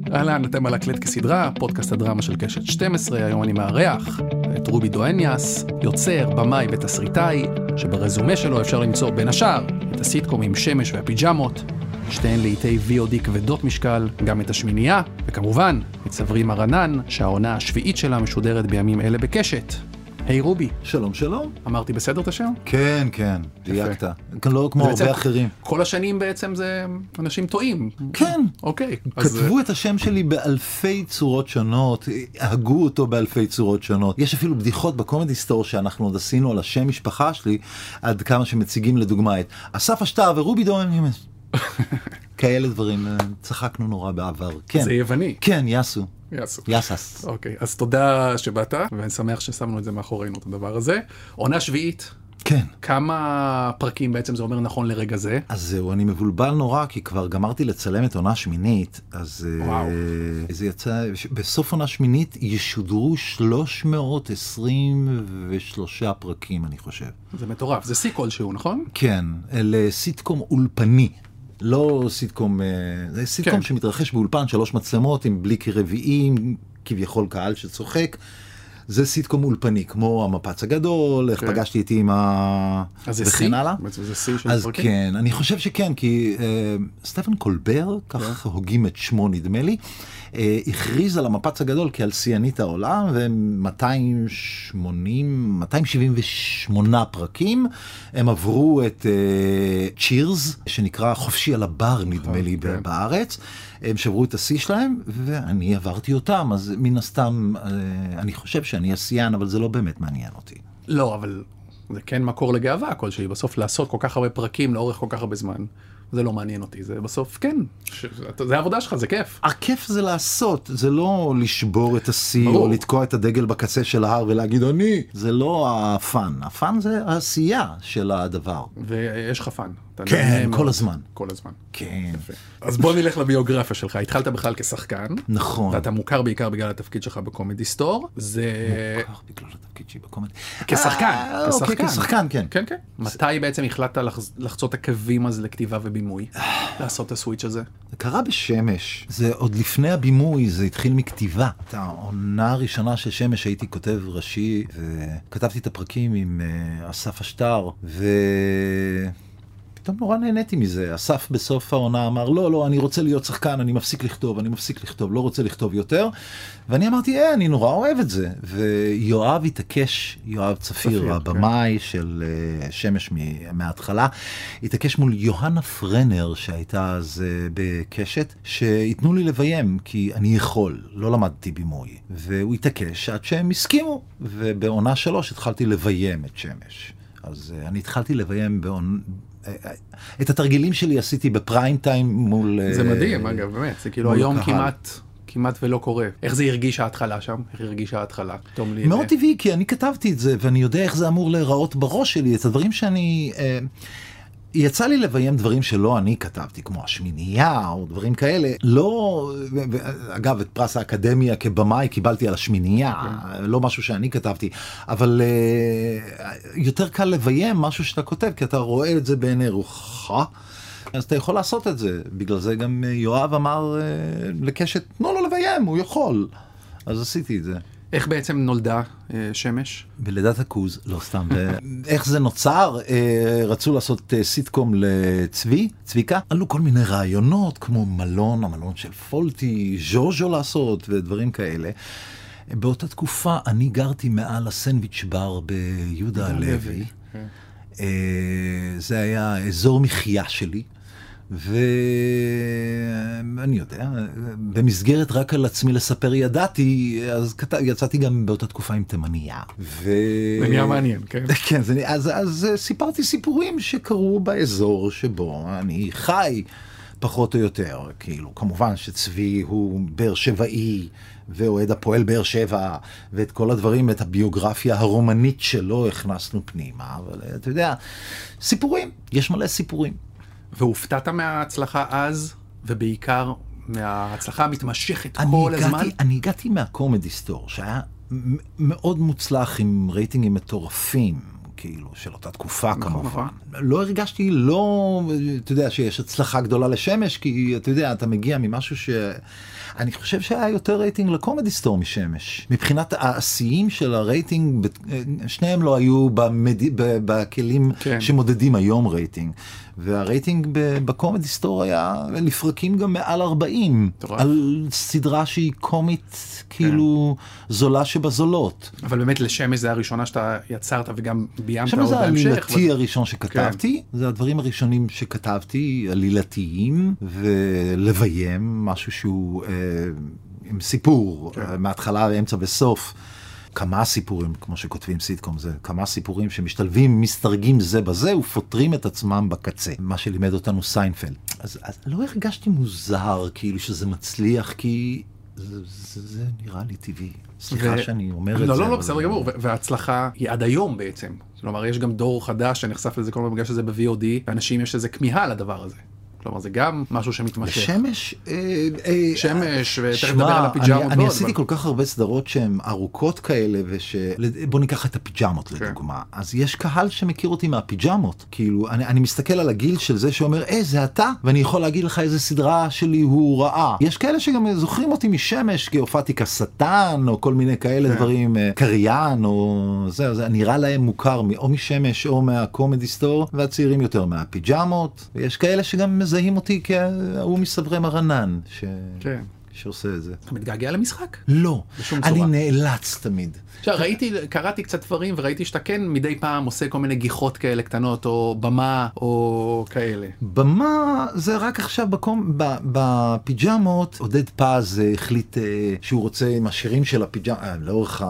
אהלן, אתם על הקלט כסדרה, פודקאסט הדרמה של קשת 12, היום אני מארח את רובי דואניאס, יוצר, במאי ותסריטאי, שברזומה שלו אפשר למצוא בין השאר את הסיטקומים שמש והפיג'מות, שתיהן לעיתי VOD כבדות משקל, גם את השמינייה, וכמובן, את סברי מרנן, שהעונה השביעית שלה משודרת בימים אלה בקשת. היי רובי. שלום, שלום. אמרתי בסדר את השם? כן, כן, דייקת. לא כמו הרבה אחרים. כל השנים בעצם זה אנשים טועים. כן. אוקיי. כתבו את השם שלי באלפי צורות שונות, הגו אותו באלפי צורות שונות. יש אפילו בדיחות בקומדי סטור שאנחנו עוד עשינו על השם משפחה שלי, עד כמה שמציגים לדוגמה את אסף אשטר ורובי דואניאס. כאלה דברים, צחקנו נורא בעבר. זה יווני. כן, יסו. יסס. אוקיי, אז תודה שבאת, ואני שמח ששמנו את זה מאחורינו, את הדבר הזה. עונה שביעית. כן. כמה פרקים בעצם זה אומר נכון לרגע זה? אז זהו, אני מבולבל נורא, כי כבר גמרתי לצלם את עונה שמינית, אז זה יצא, בסוף עונה שמינית ישודרו 323 פרקים, אני חושב. זה מטורף, זה סי כלשהו, נכון? כן, לסיטקום אולפני. לא סיטקום, זה סיטקום שמתרחש באולפן, 3 מצלמות עם בליקי רביעים, כביכול קהל שצוחק. זה סיטקום אולפני, כמו המפץ הגדול, איך פגשתי איתי עם וכן הלאה. זה סי של אז פרקים? כן, אני חושב שכן, כי סטפן קולבר, כך הוגים את שמו נדמה לי, הכריז על המפץ הגדול כעל שיאנית העולם, ו-278 פרקים, הם עברו את צ'ירס, שנקרא חופשי על הבר נדמה לי בארץ, הם שברו את השיא שלהם, ואני עברתי אותם, אז מן הסתם, אני חושב שאני השיאן, אבל זה לא באמת מעניין אותי. לא, אבל זה כן מקור לגאווה כלשהי, בסוף לעשות כל כך הרבה פרקים לאורך כל כך הרבה זמן. זה לא מעניין אותי, זה בסוף כן, זה העבודה שלך, זה כיף. הכיף זה לעשות, זה לא לשבור את השיא, או לתקוע את הדגל בקצה של ההר ולהגיד אני, זה לא הפן, הפן זה העשייה של הדבר. ויש לך פן. כן, כל הזמן. כל הזמן. כן. אז בוא נלך לביוגרפיה שלך, התחלת בכלל כשחקן. נכון. ואתה מוכר בעיקר בגלל התפקיד שלך בקומדי סטור. מוכר בגלל התפקיד שלי בקומדי. כשחקן. אוקיי, כשחקן, כן. כן, כן. מתי בעצם החלטת לחצות הקווים אז לכתיבה ובימוי? לעשות את הסוויץ' הזה? זה קרה בשמש. זה עוד לפני הבימוי, זה התחיל מכתיבה. את העונה הראשונה של שמש הייתי כותב ראשי, וכתבתי את הפרקים עם אסף אשטר, פתאום נורא נהניתי מזה. אסף בסוף העונה אמר, לא, אני רוצה להיות שחקן, אני מפסיק לכתוב, לא רוצה לכתוב יותר. ואני אמרתי, אני נורא אוהב את זה. ויואב התעקש, יואב צפיר, הבמאי של שמש מההתחלה, התעקש מול יוהנה פרנר, שהייתה אז בקשת, שיתנו לי לביים, כי אני יכול, לא למדתי בימוי. והוא התעקש עד שהם הסכימו, ובעונה 3 התחלתי לביים את שמש. אז אני התחלתי לביים את התרגילים שלי עשיתי בפריים טיים מול... זה מדהים, אגב, באמת. זה כאילו היום כמעט ולא קורה. איך זה הרגיש ההתחלה שם? איך הרגיש ההתחלה? מאוד טבעי, כי אני כתבתי את זה, ואני יודע איך זה אמור להיראות בראש שלי. את הדברים שאני... יצא לי לביים דברים שלא אני כתבתי, כמו השמינייה או דברים כאלה. לא, אגב, את פרס האקדמיה כבמאי קיבלתי על השמינייה, לא משהו שאני כתבתי, אבל יותר קל לביים משהו שאתה כותב, כי אתה רואה את זה בעיני רוחך, אז אתה יכול לעשות את זה. בגלל זה גם יואב אמר לקשת, תנו לו לביים, הוא יכול. אז עשיתי את זה. איך בעצם נולדה שמש? בלידת הכוז, לא סתם. איך זה נוצר? רצו לעשות סיטקום צביקה. עלו כל מיני רעיונות, כמו המלון של פולטי, ז'וז'ו לעשות, ודברים כאלה. באותה תקופה אני גרתי מעל הסנדוויץ' בר ביהודה הלוי. זה היה אזור מחיה שלי. ואני יודע, במסגרת רק על עצמי לספר ידעתי, אז יצאתי גם באותה תקופה עם תימניה. זה נהיה מעניין, כן? כן, אז סיפרתי סיפורים שקרו באזור שבו אני חי, פחות או יותר. כאילו, כמובן שצבי הוא באר שבעי, ואוהד הפועל באר שבע, ואת כל הדברים, את הביוגרפיה הרומנית שלו הכנסנו פנימה, אבל אתה יודע, סיפורים, יש מלא סיפורים. והופתעת מההצלחה אז, ובעיקר מההצלחה המתמשכת כל הזמן? אני הגעתי מהקומדי סטור, שהיה מאוד מוצלח עם רייטינגים מטורפים, כאילו, של אותה תקופה כמובן. לא הרגשתי, לא, אתה יודע, שיש הצלחה גדולה לשמש, כי אתה יודע, אתה מגיע ממשהו אני חושב שהיה יותר רייטינג לקומדי סטור משמש. מבחינת השיאים של הרייטינג, שניהם לא היו בכלים שמודדים היום רייטינג. והרייטינג בקומדי סטור היה לפרקים גם מעל 40, על סדרה שהיא קומית כאילו זולה שבזולות. אבל באמת לשמש זה הראשונה שאתה יצרת וגם ביימת שמש זה העלילתי הראשון שכתבתי, זה הדברים הראשונים שכתבתי, עלילתיים, ולביים משהו שהוא עם סיפור, מההתחלה ואמצע וסוף. כמה סיפורים, כמו שכותבים סיטקום, זה כמה סיפורים שמשתלבים, מסתרגים זה בזה, ופותרים את עצמם בקצה. מה שלימד אותנו סיינפלד. אז לא הרגשתי מוזר, כאילו שזה מצליח, כי זה נראה לי טבעי. סליחה שאני אומר את זה. לא, בסדר גמור. וההצלחה היא עד היום בעצם. כלומר, יש גם דור חדש שנחשף לזה כל פעם בגלל שזה ב-VOD, ואנשים יש איזה כמיהה לדבר הזה. כלומר, זה גם משהו שמתמשך. שמש, ותכף נדבר על הפיג'מות. אני עשיתי כל כך הרבה סדרות שהן ארוכות כאלה, בוא ניקח את הפיג'מות לדוגמה. אז יש קהל שמכיר אותי מהפיג'מות. כאילו, אני מסתכל על הגיל של זה שאומר, זה אתה, ואני יכול להגיד לך איזה סדרה שלי הוא ראה. יש כאלה שגם זוכרים אותי משמש, כי הופעתי כשטן, או כל מיני כאלה דברים, קריין, או זה נראה להם מוכר, או משמש, או מהקומדי סטור, והצעירים יותר מהפיג'מות. ויש כאלה שגם מזהים אותי כהוא מסברי מרנן שעושה את זה. אתה מתגעגע למשחק? לא, אני נאלץ תמיד. עכשיו, קראתי קצת דברים וראיתי שאתה כן מדי פעם עושה כל מיני גיחות כאלה קטנות, או במה, או כאלה. במה זה רק עכשיו בפיג'מות, עודד פז החליט שהוא רוצה עם השירים של הפיג'מות, לאורך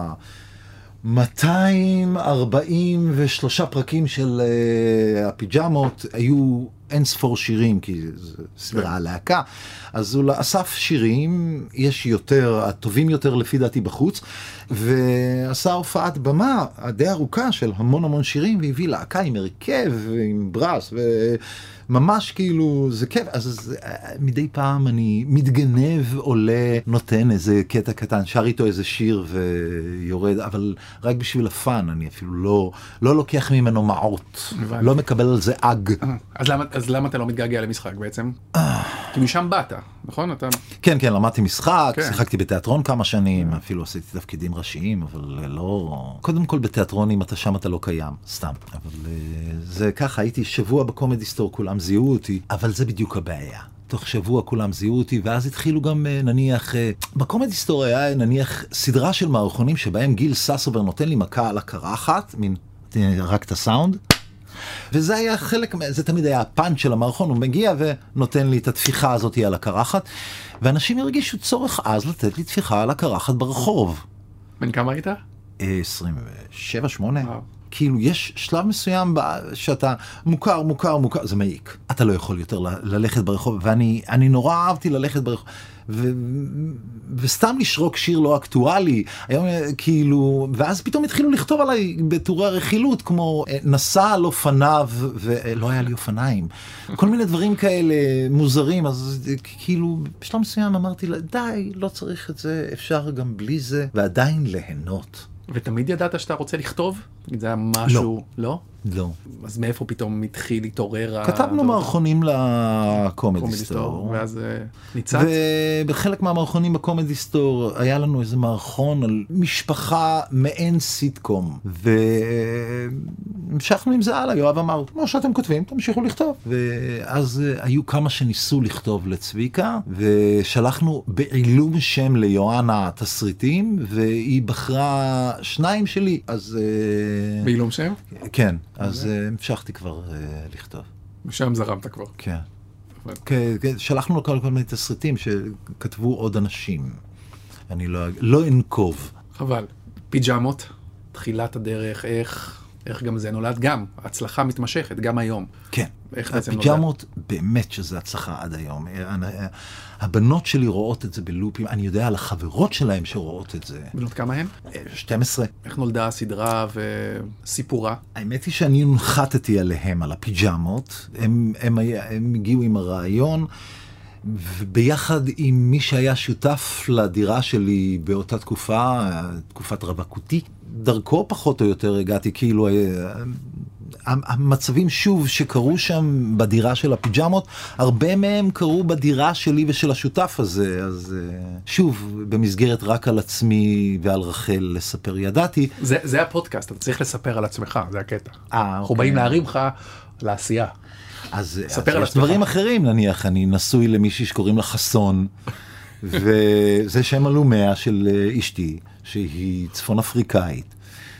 243 פרקים של הפיג'מות היו אין ספור שירים, כי זה סדרה להקה, אז הוא אסף שירים, יש יותר, הטובים יותר לפי דעתי בחוץ, ועשה הופעת במה די ארוכה של המון שירים, והביא להקה עם הרכב, עם ברס, וממש כאילו זה כיף. אז מדי פעם אני מתגנב, עולה, נותן איזה קטע קטן, שר איתו איזה שיר ויורד, אבל רק בשביל הפן, אני אפילו לא לוקח ממנו מעות, לא מקבל על זה אג. אז למה אתה לא מתגעגע למשחק בעצם? כי משם באת, נכון? כן, למדתי משחק, שיחקתי בתיאטרון כמה שנים, אפילו עשיתי תפקידים ראשיים, אבל לא... קודם כל בתיאטרון, אם אתה שם אתה לא קיים, סתם. אבל זה ככה, הייתי שבוע בקומדי סטור, כולם זיהו אותי, אבל זה בדיוק הבעיה. תוך שבוע כולם זיהו אותי, ואז התחילו גם נניח, בקומדי סטור היה נניח סדרה של מערכונים שבהם גיל ססובר נותן לי מכה על הקרחת, מין רק את הסאונד, וזה היה חלק, זה תמיד היה הפאנץ' של המערכון, הוא מגיע ונותן לי את התפיחה הזאת על הקרחת, ואנשים הרגישו צורך אז לתת לי תפיחה על הקרחת ברחוב. בן כמה היית? 27, 8. כאילו יש שלב מסוים שאתה מוכר, זה מעיק. אתה לא יכול יותר ללכת ברחוב, ואני נורא אהבתי ללכת ברחוב. וסתם לשרוק שיר לא אקטואלי, היום כאילו, ואז פתאום התחילו לכתוב עליי בתורי הרכילות, כמו נסע על אופניו, ולא היה לי אופניים. כל מיני דברים כאלה מוזרים, אז כאילו, בשלב מסוים אמרתי לה, די, לא צריך את זה, אפשר גם בלי זה, ועדיין ליהנות. ותמיד ידעת שאתה רוצה לכתוב? זה היה משהו... לא. לא. אז מאיפה פתאום התחיל להתעורר? כתבנו מערכונים לקומדי סטור. ואז ניצת? ובחלק מהמערכונים בקומדי סטור היה לנו איזה מערכון על משפחה מעין סיטקום. והמשכנו עם זה הלאה. יואב אמר, כמו שאתם כותבים, תמשיכו לכתוב. ואז היו כמה שניסו לכתוב לצביקה, ושלחנו בעילום שם ליואנה תסריטים, והיא בחרה 2 שלי. אז... בעילום שם? כן. אז המשכתי כבר לכתוב. ושם זרמת כבר. כן. שלחנו לו כל מיני תסריטים שכתבו עוד אנשים. אני לא אנקוב. חבל. פיג'מות, תחילת הדרך, איך גם זה נולד? גם, הצלחה מתמשכת, גם היום. כן. איך בעצם נולד? הפיג'מות באמת שזה הצלחה עד היום. הבנות שלי רואות את זה בלופים, אני יודע על החברות שלהם שרואות את זה. בנות כמה הן? 12. איך נולדה הסדרה וסיפורה? האמת היא שאני הונחתתי עליהם, על הפיג'מות. הם הגיעו עם הרעיון, וביחד עם מי שהיה שותף לדירה שלי באותה תקופה, תקופת רווקותי, דרכו פחות או יותר הגעתי, כאילו המצבים שוב שקרו שם בדירה של הפיג'מות, הרבה מהם קרו בדירה שלי ושל השותף הזה, אז שוב, במסגרת רק על עצמי ועל רחל לספר ידעתי. זה הפודקאסט, אתה צריך לספר על עצמך, זה הקטע. אנחנו אוקיי. באים להרים לך לעשייה. אז ספר על יש עצמך. דברים אחרים, נניח, אני נשוי למישהי שקוראים לה חסון, וזה שם הלומיה של אשתי, שהיא צפון אפריקאית.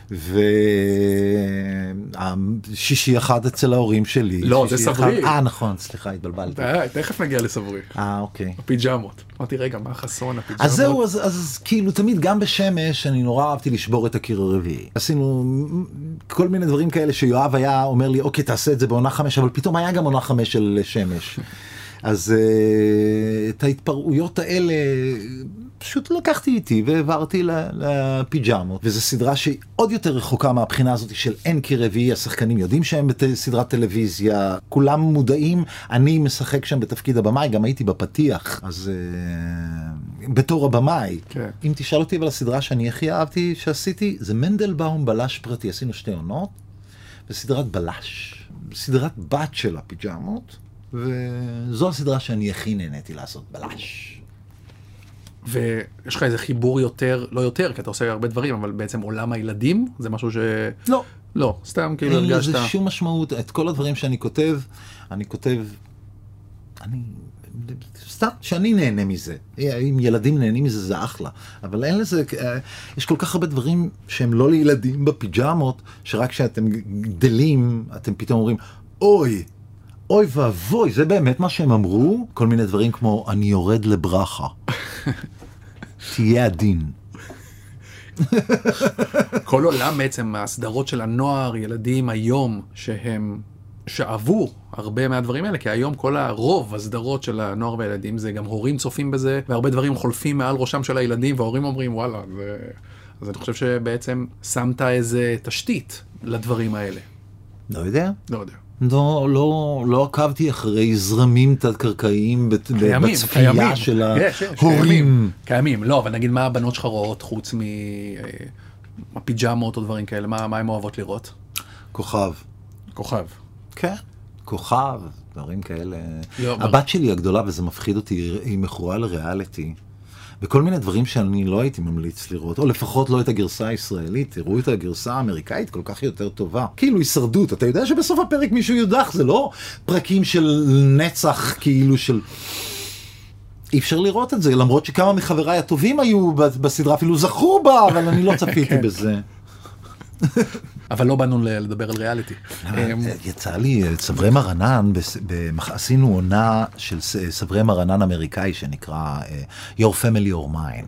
ושישי אחד אצל ההורים שלי. לא, זה סברי. נכון, סליחה, התבלבלתי. תכף נגיע לסברי. אוקיי. הפיג'מות. אמרתי, רגע, מה חסון, הפיג'מות? אז זהו, אז כאילו תמיד גם בשמש אני נורא אהבתי לשבור את הקיר הרביעי. עשינו כל מיני דברים כאלה שיואב היה אומר לי, אוקיי, תעשה את זה בעונה 5, אבל פתאום היה גם עונה 5 של שמש. אז את ההתפרעויות האלה פשוט לקחתי איתי והעברתי לפיג'מות, וזו סדרה שהיא עוד יותר רחוקה מהבחינה הזאת של אין קיר רביעי, השחקנים יודעים שהם בסדרת טלוויזיה, כולם מודעים, אני משחק שם בתפקיד הבמאי, גם הייתי בפתיח, אז בתור הבמאי. כן. אם תשאל אותי, אבל הסדרה שאני הכי אהבתי שעשיתי, זה מנדלבאום בלש פרטי, עשינו 2 עונות, וסדרת בלש, סדרת בת של הפיג'מות, וזו הסדרה שאני הכי נהניתי לעשות, בלש. ויש לך איזה חיבור יותר, לא יותר, כי אתה עושה הרבה דברים, אבל בעצם עולם הילדים, זה משהו ש... לא. לא, סתם כאילו הרגשת... אין לזה שום משמעות, את כל הדברים שאני כותב, סתם, שאני נהנה מזה. אם ילדים נהנים מזה, זה אחלה. אבל אין לזה, יש כל כך הרבה דברים שהם לא לילדים בפיג'מות, שרק כשאתם גדלים, אתם פתאום אומרים, אוי ואבוי, זה באמת מה שהם אמרו? כל מיני דברים כמו, אני יורד לברכה. תהיה עדין. כל עולם בעצם, הסדרות של הנוער, ילדים היום, שהם שאהבו הרבה מהדברים האלה, כי היום כל הרוב הסדרות של הנוער והילדים, זה גם הורים צופים בזה, והרבה דברים חולפים מעל ראשם של הילדים, וההורים אומרים, וואלה, אז אני חושב שבעצם שמת איזה תשתית לדברים האלה. לא יודע. לא יודע. לא עקבתי אחרי זרמים תת-קרקעיים בצפייה של ההורים. קיימים, לא, אבל נגיד מה הבנות שלך רואות חוץ מהפיג'מות או דברים כאלה, מה הן אוהבות לראות? כוכב. כוכב. כן, כוכב, דברים כאלה. הבת שלי הגדולה, וזה מפחיד אותי, היא מכורה לריאליטי. וכל מיני דברים שאני לא הייתי ממליץ לראות, או לפחות לא את הגרסה הישראלית, תראו את הגרסה האמריקאית כל כך יותר טובה. כאילו הישרדות, אתה יודע שבסוף הפרק מישהו יודח, זה לא פרקים של נצח, כאילו של... אי אפשר לראות את זה, למרות שכמה מחבריי הטובים היו בסדרה, אפילו זכו בה, אבל אני לא צפיתי בזה. אבל לא באנו לדבר על ריאליטי. יצא לי, סברי מרנן, עשינו עונה של סברי מרנן אמריקאי שנקרא Your Family or Mine,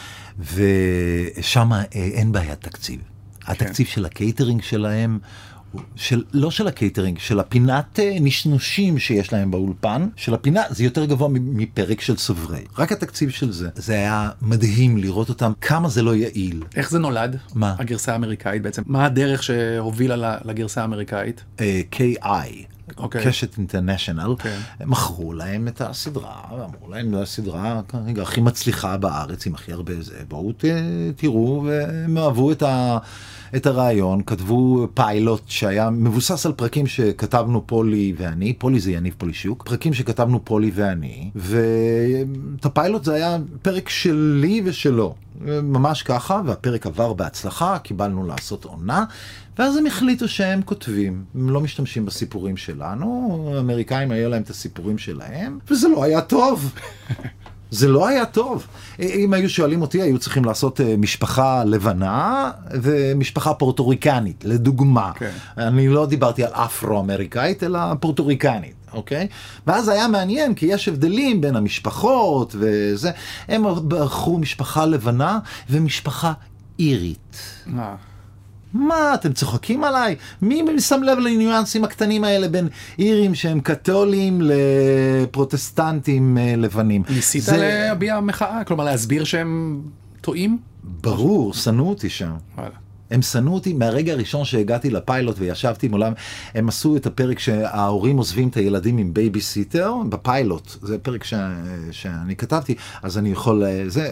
ושם אין בעיה תקציב. התקציב של הקייטרינג שלהם, לא של הקייטרינג, של הפינת נשנושים שיש להם באולפן, של הפינה, זה יותר גבוה מפרק של סברי. רק התקציב של זה. זה היה מדהים לראות אותם, כמה זה לא יעיל. איך זה נולד? מה? הגרסה האמריקאית בעצם. מה הדרך שהובילה לגרסה האמריקאית? KI. קשת אינטרנשיונל, Okay. מכרו להם את הסדרה, אמרו להם, זו הסדרה כרגע הכי מצליחה בארץ, עם הכי הרבה זה, בואו תראו, והם אהבו את הרעיון, כתבו פיילוט שהיה מבוסס על פרקים שכתבנו פולי ואני, פולי זה יניב פולישוק, פרקים שכתבנו פולי ואני, ואת הפיילוט זה היה פרק שלי ושלו, ממש ככה, והפרק עבר בהצלחה, קיבלנו לעשות עונה, ואז הם החליטו שהם כותבים, הם לא משתמשים בסיפורים שלנו, האמריקאים היה להם את הסיפורים שלהם, וזה לא היה טוב. זה לא היה טוב. אם היו שואלים אותי, היו צריכים לעשות משפחה לבנה ומשפחה פורטוריקנית, לדוגמה. Okay. אני לא דיברתי על אפרו-אמריקאית, אלא פורטוריקנית, אוקיי? ואז היה מעניין, כי יש הבדלים בין המשפחות וזה. הם בחרו משפחה לבנה ומשפחה אירית. מה, אתם צוחקים עליי? מי שם לב לניואנסים הקטנים האלה בין אירים שהם קתולים לפרוטסטנטים לבנים? ניסית להביע מחאה? כלומר להסביר שהם טועים? ברור, שנאו אותי שם. הם שנאו אותי מהרגע הראשון שהגעתי לפיילוט וישבתי מולם. הם עשו את הפרק שההורים עוזבים את הילדים עם בייביסיטר, בפיילוט, זה פרק שאני כתבתי, אז אני יכול,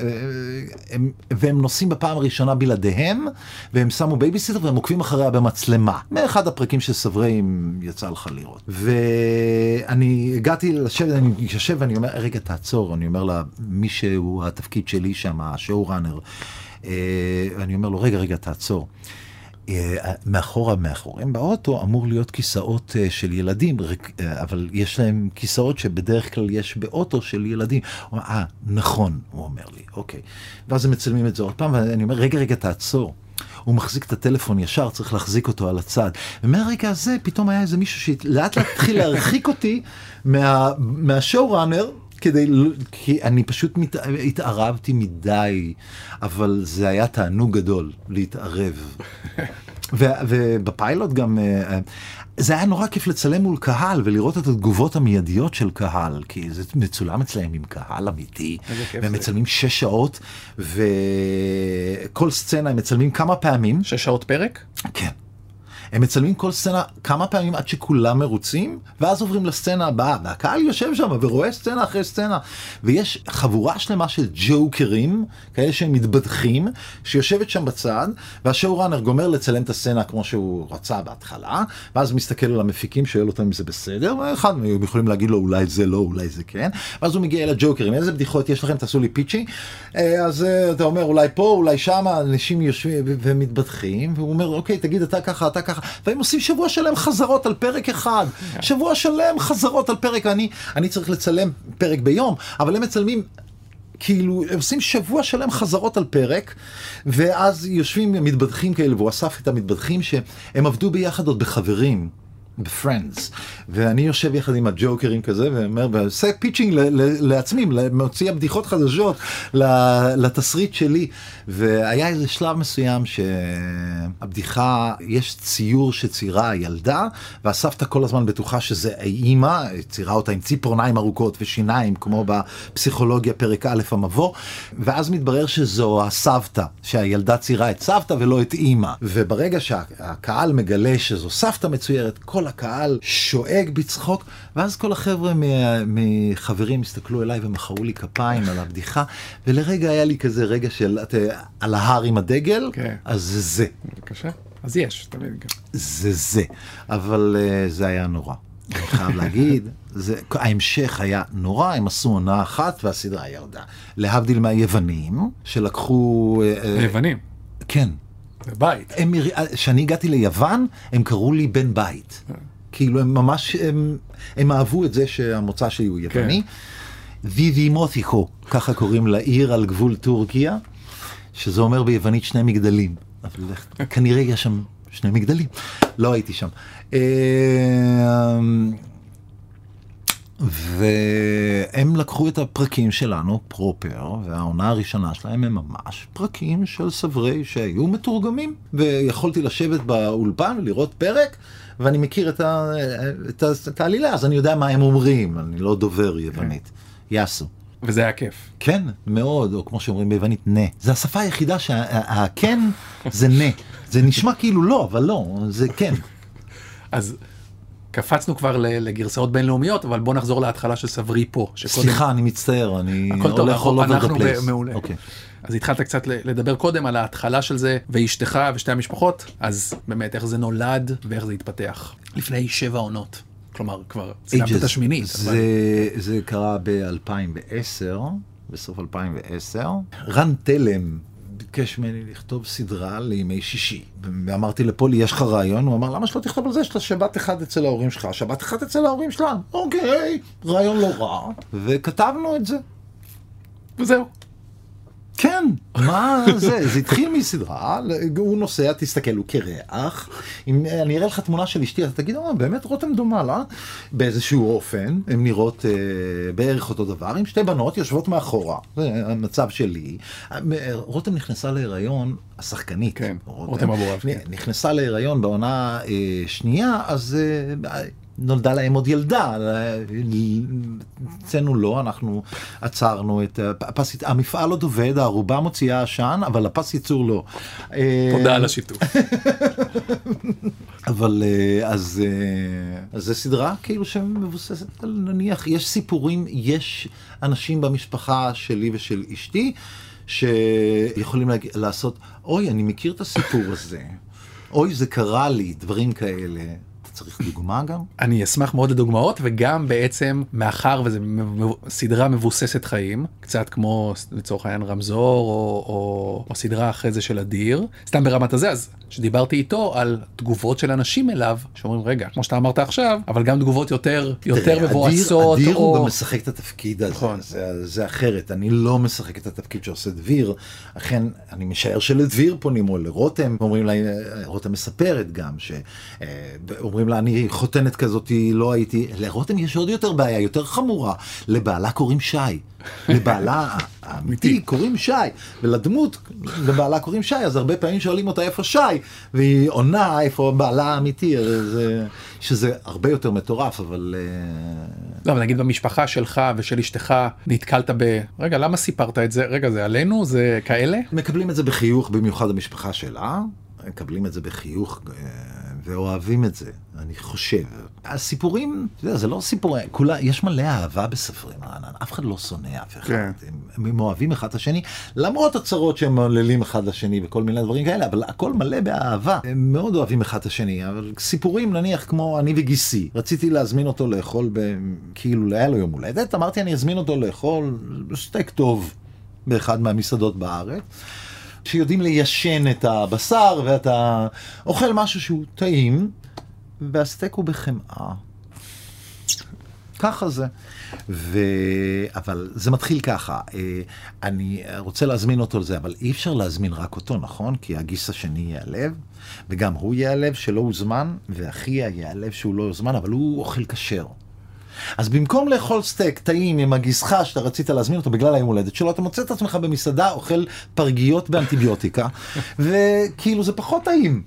והם נוסעים בפעם הראשונה בלעדיהם, והם שמו בייביסיטר והם עוקבים אחריה במצלמה. מאחד הפרקים שסברי יצא לך לראות. ואני הגעתי לשבת, אני יושב ואני אומר, רגע תעצור, אני אומר לה, מי שהוא התפקיד שלי שם, השואו-ראנר, אני אומר לו, רגע, תעצור. מאחוריהם באוטו אמור להיות כיסאות של ילדים, אבל יש להם כיסאות שבדרך כלל יש באוטו של ילדים. הוא אומר, נכון, הוא אומר לי, אוקיי. ואז הם מצלמים את זה עוד פעם, ואני אומר, רגע, תעצור. הוא מחזיק את הטלפון ישר, צריך להחזיק אותו על הצד. ומהרגע הזה פתאום היה איזה מישהו שלאט לאט התחיל להרחיק אותי מהשואו-ראנר, כי אני פשוט התערבתי מדי, אבל זה היה תענוג גדול להתערב. ובפיילוט גם, זה היה נורא כיף לצלם מול קהל ולראות את התגובות המיידיות של קהל, כי זה מצולם אצלהם עם קהל אמיתי, והם מצלמים 6 שעות, וכל סצנה הם מצלמים כמה פעמים. 6 שעות פרק? כן. הם מצלמים כל סצנה כמה פעמים עד שכולם מרוצים, ואז עוברים לסצנה הבאה, והקהל יושב שם ורואה סצנה אחרי סצנה, ויש חבורה שלמה של ג'וקרים, כאלה שהם מתבדחים, שיושבת שם בצד, והשואו-ראנר גומר לצלם את הסצנה כמו שהוא רצה בהתחלה, ואז מסתכל על המפיקים, שואל אותם אם זה בסדר, ואחד הם יכולים להגיד לו אולי זה לא, אולי זה כן, ואז הוא מגיע אל הג'וקרים, איזה בדיחות יש לכם, תעשו לי פיצ'י, אז אתה אומר אולי פה, אולי שם, אנשים יושבים ומתבדחים, והוא אומר אוקיי, תגיד אתה ככה, אתה ככה, והם עושים שבוע שלם חזרות על פרק אחד, שבוע שלם חזרות על פרק, אני צריך לצלם פרק ביום, אבל הם מצלמים, כאילו, הם עושים שבוע שלם חזרות על פרק, ואז יושבים מתבדחים כאלה, והוא אסף את המתבדחים שהם עבדו ביחד עוד בחברים, בפרנדס, ואני יושב יחד עם הג'וקרים כזה, ואומר, ועושה פיצ'ינג לעצמי, מוציא בדיחות חדשות לתסריט שלי, והיה איזה שלב מסוים שהבדיחה, יש ציור שציירה הילדה, והסבתא כל הזמן בטוחה שזה האימא, ציירה אותה עם ציפורניים ארוכות ושיניים, כמו בפסיכולוגיה פרק א' המבוא, ואז מתברר שזו הסבתא, שהילדה ציירה את סבתא ולא את אימא, וברגע שהקהל מגלה שזו סבתא מצוירת, כל הקהל שואג בצחוק, ואז כל החבר'ה מחברים הסתכלו אליי ומחאו לי כפיים על הבדיחה, ולרגע היה לי כזה רגע של על ההר עם הדגל, אז זה. קשה. אז יש, תמיד גם. זה. אבל זה היה נורא. אני חייב להגיד, ההמשך היה נורא, הם עשו עונה אחת והסדרה ירדה. להבדיל מהיוונים, שלקחו... היוונים? כן. בית. כשאני הגעתי ליוון, הם קראו לי בן בית. כאילו הם ממש, הם אהבו את זה שהמוצא שלי הוא יווני. ויבימותיקו, ככה קוראים לעיר על גבול טורקיה, שזה אומר ביוונית 2 מגדלים. אבל כנראה יש שם 2 מגדלים. לא הייתי שם. והם לקחו את הפרקים שלנו, פרופר, והעונה הראשונה שלהם הם ממש פרקים של סברי שהיו מתורגמים, ויכולתי לשבת באולפן ולראות פרק, ואני מכיר את העלילה, אז אני יודע מה הם אומרים, אני לא דובר יוונית. יעשו. וזה היה כיף. כן, מאוד, או כמו שאומרים ביוונית, נה. זה השפה היחידה שהכן זה נה. זה נשמע כאילו לא, אבל לא, זה כן. אז... קפצנו כבר לגרסאות בינלאומיות, אבל בוא נחזור להתחלה של סברי פה. סליחה, אני מצטער, אני הולך all over the place. מעולה. אוקיי. אז התחלת קצת לדבר קודם על ההתחלה של זה, ואשתך ושתי המשפחות, אז באמת איך זה נולד ואיך זה התפתח. לפני 7 עונות. כלומר, כבר צילמת את השמינית. זה קרה ב-2010, בסוף 2010. רן תלם ביקש ממני לכתוב סדרה לימי שישי. ואמרתי לפולי, יש לך רעיון? הוא אמר, למה שלא תכתוב על זה? יש לה שבת אחד אצל ההורים שלך, שבת אחד אצל ההורים שלה. אוקיי, רעיון לא רע. וכתבנו את זה. וזהו. כן, מה זה? זה התחיל מסדרה, הוא נוסע, תסתכל, הוא קרח. אני אראה לך תמונה של אשתי, אתה תגיד, באמת רותם דומה לה, באיזשהו אופן, הן נראות בערך אותו דבר, עם 2 בנות יושבות מאחורה, זה המצב שלי. רותם נכנסה להיריון, השחקנית, כן, רותם אבורב, נכנסה להיריון בעונה שנייה, אז נולדה להם עוד ילדה, אצלנו לא, אנחנו עצרנו את הפס, המפעל עוד עובד, הערובה מוציאה עשן, אבל הפס ייצור לא. תודה על השיתוף. אבל אז זה סדרה כאילו שמבוססת על, נניח, יש סיפורים, יש אנשים במשפחה שלי ושל אשתי, שיכולים לעשות, אוי, אני מכיר את הסיפור הזה, אוי, זה קרה לי, דברים כאלה. צריך דוגמה גם? אני אשמח מאוד לדוגמאות, וגם בעצם, מאחר וזו סדרה מבוססת חיים, קצת כמו לצורך העניין רמזור, או סדרה אחרי זה של אדיר, סתם ברמת הזה, אז שדיברתי איתו על תגובות של אנשים אליו, שאומרים, רגע, כמו שאתה אמרת עכשיו, אבל גם תגובות יותר מבואסות. אדיר הוא גם משחק את התפקיד הזה, זה אחרת, אני לא משחק את התפקיד שעושה דביר, אכן, אני משער שלדביר פונים, או לרותם, אומרים לה, רותם מספרת גם, שאומרים לה, אני חותנת כזאת, לא הייתי, לרותם יש עוד יותר בעיה, יותר חמורה, לבעלה קוראים שי, לבעלה האמיתי קוראים שי, ולדמות לבעלה קוראים שי, אז הרבה פעמים שואלים אותה איפה שי, והיא עונה איפה בעלה האמיתי, שזה הרבה יותר מטורף, אבל... לא, אבל נגיד במשפחה שלך ושל אשתך נתקלת רגע, למה סיפרת את זה? רגע, זה עלינו? זה כאלה? מקבלים את זה בחיוך, במיוחד המשפחה שלה, מקבלים את זה בחיוך ואוהבים את זה, אני חושב. הסיפורים, זה לא סיפורים, יש מלא אהבה בספרים, אף אחד לא שונא אף אחד. הם אוהבים אחד את השני, למרות הצרות שהם מעוללים אחד לשני וכל מיני דברים כאלה, אבל הכל מלא באהבה. הם מאוד אוהבים אחד את השני, אבל סיפורים נניח כמו אני וגיסי, רציתי להזמין אותו לאכול, כאילו היה לו יום הולדת, אמרתי אני אזמין אותו לאכול סטייק טוב באחד מהמסעדות בארץ, שיודעים ליישן את הבשר, ואתה אוכל משהו שהוא טעים, והסטייק הוא בחמאה. ככה זה. אבל זה מתחיל ככה. אני רוצה להזמין אותו לזה, אבל אי אפשר להזמין רק אותו, נכון? כי הגיס השני ייעלב, וגם הוא ייעלב שלא הוזמן, ואחיה ייעלב שהוא לא הוזמן, אבל הוא אוכל כשר. אז במקום לאכול סטייק טעים עם הגיסך שאתה רצית להזמין אותו בגלל היום הולדת שלו, אתה מוצא את עצמך במסעדה, אוכל פרגיות באנטיביוטיקה, וכאילו זה פחות טעים.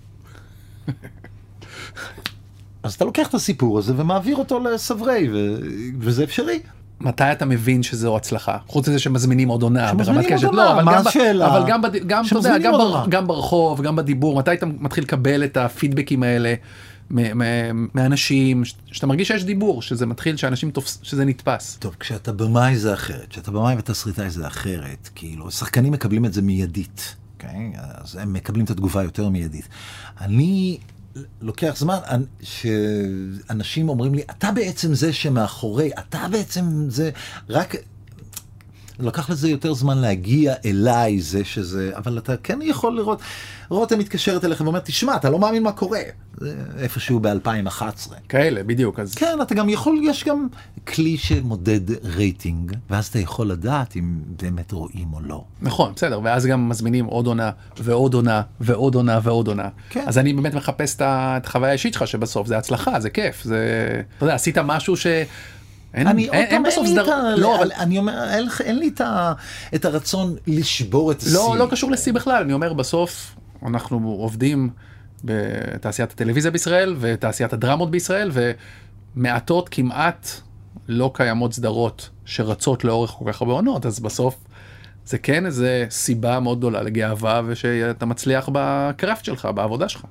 אז אתה לוקח את הסיפור הזה ומעביר אותו לסברי, וזה אפשרי. מתי אתה מבין שזו הצלחה? חוץ מזה שמזמינים עוד עונה. שמזמינים עוד עונה, מה השאלה? אבל גם ברחוב, גם בדיבור, מתי אתה מתחיל לקבל את הפידבקים האלה? מאנשים, שאתה מרגיש שיש דיבור, שזה מתחיל, שאנשים שזה נתפס. טוב, כשאתה במאי זה אחרת, כשאתה במאי ותסריטאי זה אחרת, כאילו, שחקנים מקבלים את זה מיידית, אוקיי? אז הם מקבלים את התגובה יותר מיידית. אני לוקח זמן שאנשים אומרים לי, אתה בעצם זה שמאחורי, אתה בעצם זה, רק... לקח לזה יותר זמן להגיע אליי, זה שזה, אבל אתה כן יכול לראות, רותם מתקשרת אליך ואומרת, תשמע, אתה לא מאמין מה קורה. זה איפשהו ב-2011. כאלה, בדיוק. אז... כן, אתה גם יכול, יש גם כלי שמודד רייטינג, ואז אתה יכול לדעת אם באמת רואים או לא. נכון, בסדר, ואז גם מזמינים עוד עונה, ועוד עונה, ועוד עונה, ועוד עונה. כן. אז אני באמת מחפש את החוויה האישית שלך, שבסוף זה הצלחה, זה כיף, זה, אתה יודע, עשית משהו ש... אין בסוף סדר... לא, אבל אני אומר, אין לי את הרצון לשבור את השיא. לא קשור לשיא בכלל, אני אומר, בסוף אנחנו עובדים בתעשיית הטלוויזיה בישראל, ותעשיית הדרמות בישראל, ומעטות כמעט לא קיימות סדרות שרצות לאורך כל כך הרבה עונות, אז בסוף זה כן איזה סיבה מאוד גדולה לגאווה, ושאתה מצליח בקראפט שלך, בעבודה שלך.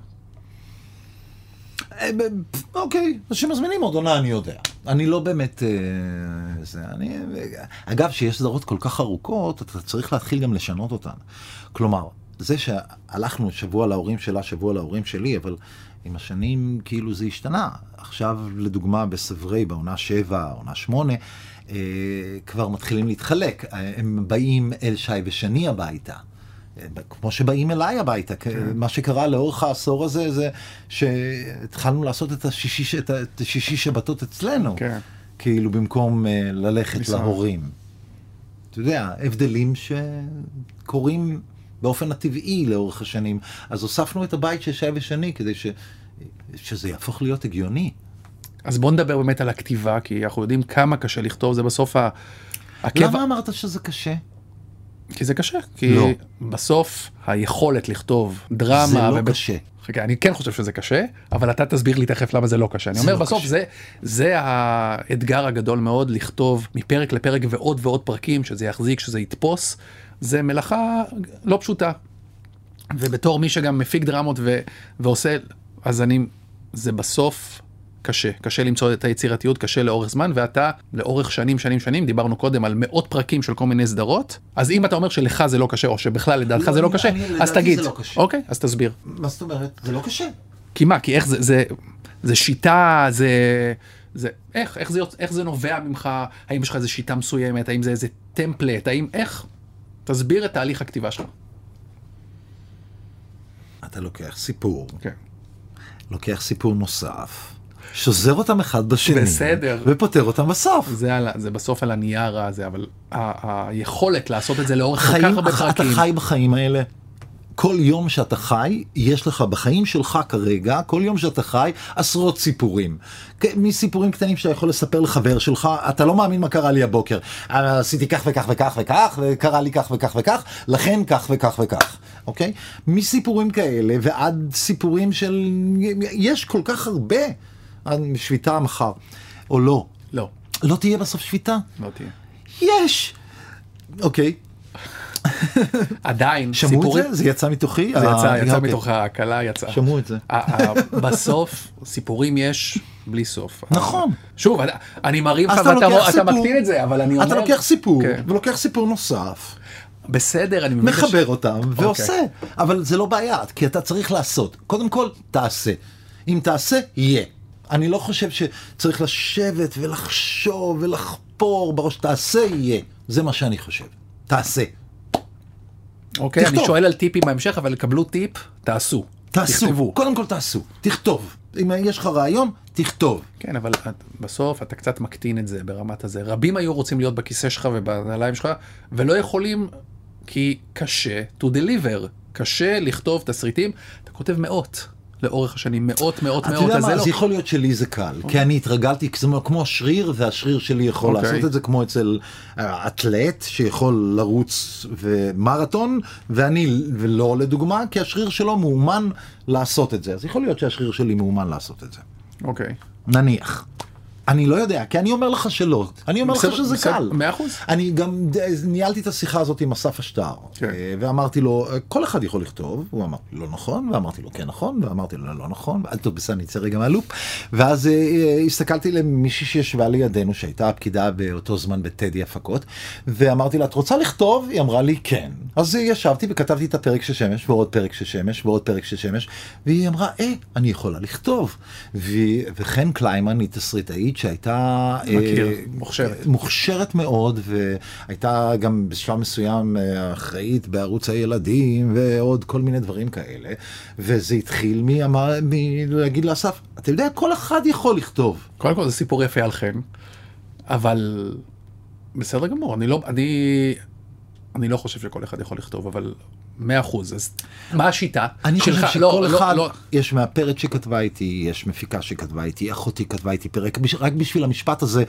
אוקיי, אז שמזמינים עוד עונה אני יודע. אני לא באמת... אגב, שיש סדרות כל כך ארוכות, אתה צריך להתחיל גם לשנות אותן. כלומר, זה שהלכנו שבוע להורים שלה, שבוע להורים שלי, אבל עם השנים כאילו זה השתנה. עכשיו, לדוגמה, בסברי, בעונה 7, עונה 8, כבר מתחילים להתחלק. הם באים אל שי ושני הביתה. כמו שבאים אליי הביתה, מה שקרה לאורך העשור הזה, זה שהתחלנו לעשות את השישי שבתות אצלנו, כאילו במקום ללכת להורים. אתה יודע, הבדלים שקורים באופן הטבעי לאורך השנים, אז הוספנו את הבית של שי ושני, כדי שזה יהפוך להיות הגיוני. אז בוא נדבר באמת על הכתיבה, כי אנחנו יודעים כמה קשה לכתוב, זה בסוף למה אמרת שזה קשה? כי זה קשה, כי לא. בסוף היכולת לכתוב דרמה... זה לא קשה. אני כן חושב שזה קשה, אבל אתה תסביר לי תכף למה זה לא קשה. אני אומר, בסוף זה האתגר הגדול מאוד, לכתוב מפרק לפרק ועוד ועוד פרקים, שזה יחזיק, שזה יתפוס, זה מלאכה לא פשוטה. ובתור מי שגם מפיק דרמות ועושה, אז זה בסוף קשה. קשה למצוא את היצירתיות, קשה לאורך זמן, ואתה לאורך שנים, דיברנו קודם על מאות פרקים של כל מיני סדרות, אז אם אתה אומר שלך זה לא קשה, או שבכלל לדעתך זה לא קשה, אז תגיד. אוקיי, אז תסביר. מה זאת אומרת? זה לא קשה. כי מה? כי איך זה שיטה, איך זה נובע ממך? האם יש לך איזו שיטה מסוימת? האם זה איזה טמפלט? איך? תסביר את תהליך הכתיבה שלך. אתה לוקח סיפור. כן. לוקח סיפור נוסף. שוזר אותם אחד בשני. בסדר. ופותר אותם בסוף. זה בסוף על הנייר הזה, אבל היכולת לעשות את זה לאורך כל כך הרבה פרקים. אתה חי בחיים האלה. כל יום שאתה חי, יש לך בחיים שלך כרגע, כל יום שאתה חי, עשרות סיפורים. מסיפורים קטנים שאתה יכול לספר לחבר שלך, אתה לא מאמין מה קרה לי הבוקר. עשיתי כך וכך וכך וכך, וקרה לי כך וכך וכך, לכן כך וכך וכך. אוקיי? מסיפורים כאלה ועד סיפורים של... יש כל כך הרבה. שביתה מחר. או לא. לא. לא תהיה בסוף שביתה? לא תהיה. יש. אוקיי. עדיין, שמעו את זה? זה יצא מתוכי? זה יצא מתוך ההקלה, יצא. שמעו את זה. בסוף, סיפורים יש בלי סוף. נכון. שוב, אני מרים לך ואתה מקטין את זה, אבל אני אומר... אתה לוקח סיפור, ולוקח סיפור נוסף. בסדר, אני מבין... מחבר אותם ועושה. אבל זה לא בעיה, כי אתה צריך לעשות. קודם כל, תעשה. אם תעשה, יהיה. אני לא חושב שצריך לשבת ולחשוב ולחפור בראש. תעשה, יהיה. זה מה שאני חושב. תעשה. אוקיי, אני שואל על טיפים בהמשך, אבל קבלו טיפ, תעשו. תכתבו. קודם כל תעשו. תכתוב. אם יש לך רעיון, תכתוב. כן, אבל בסוף אתה קצת מקטין את זה ברמת הזה. רבים היו רוצים להיות בכיסא שלך ובנעליים שלך, ולא יכולים, כי קשה to deliver. קשה לכתוב תסריטים. אתה כותב מאות. לאורך השנים, מאות. אתה יודע מה, אז יכול להיות שלי זה קל, כי אני התרגלתי כמו השריר, והשריר שלי יכול לעשות את זה, כמו אצל אתלט שיכול לרוץ ומרתון, ואני לא לדוגמה, כי השריר שלו מאומן לעשות את זה. אז יכול להיות שהשריר שלי מאומן לעשות את זה. אוקיי. נניח. אני לא יודע, כי אני אומר לך שלא. אני אומר לך שזה קל. 100%. אני גם ניהלתי את השיחה הזאת עם אסף אשטר, ואמרתי לו, כל אחד יכול לכתוב, הוא אמר, לא נכון, ואמרתי לו, כן נכון, ואמרתי לו, לא נכון, אל טוב בסדר, נצא רגע מהלופ, ואז הסתכלתי למישהי שישבה לידינו, שהייתה הפקידה באותו זמן בטדי הפקות, ואמרתי לה, את רוצה לכתוב? היא אמרה לי, כן. אז ישבתי וכתבתי את הפרק של שמש, ועוד פרק של שמש, ועוד פרק של שמש, והיא אמרה, אני יכולה לכתוב. וכן קליימן היא תסריטאית שהייתה מוכשרת מאוד, והייתה גם בשלב מסוים אחראית בערוץ הילדים, ועוד כל מיני דברים כאלה, וזה התחיל מלהגיד לאסף, אתה יודע, כל אחד יכול לכתוב. קודם כל זה סיפור יפה עליכם, אבל בסדר גמור, אני לא חושב שכל אחד יכול לכתוב, אבל 100%. אז מה השיטה? אני חושב שכל אחד, יש מאפרת שכתבה איתי, יש מפיקה שכתבה איתי, אחותי כתבה איתי פרק, רק בשביל המשפט הזה,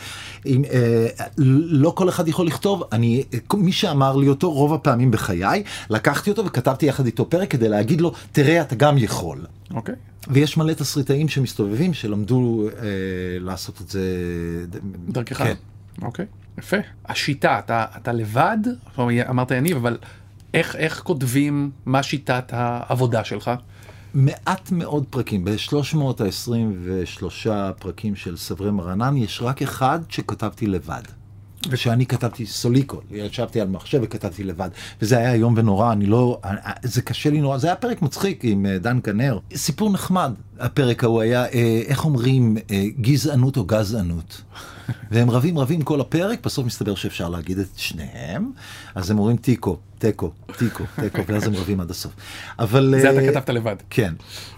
לא כל אחד יכול לכתוב, מי שאמר לי אותו רוב הפעמים בחיי, לקחתי אותו וכתבתי יחד איתו פרק כדי להגיד לו, תראה, אתה גם יכול. אוקיי. ויש מלא תסריטאים שמסתובבים, שלמדו לעשות את זה דרכך. כן. אוקיי. יפה. השיטה, אתה לבד, אמרת יניב, אבל איך כותבים, מה שיטת העבודה שלך? מעט מאוד פרקים, ב-323 פרקים של סברי מרנן, יש רק אחד שכתבתי לבד. ושאני כתבתי סוליקו, ישבתי על מחשב וכתבתי לבד, וזה היה יום ונורא, זה קשה לי נורא, זה היה פרק מצחיק עם דן כנר, סיפור נחמד, הפרק ההוא היה, איך אומרים, גזענות או גזענות, והם רבים כל הפרק, בסוף מסתבר שאפשר להגיד את שניהם, אז הם אומרים תיקו, ואז הם רבים עד הסוף. זה אתה כתבת לבד. כן,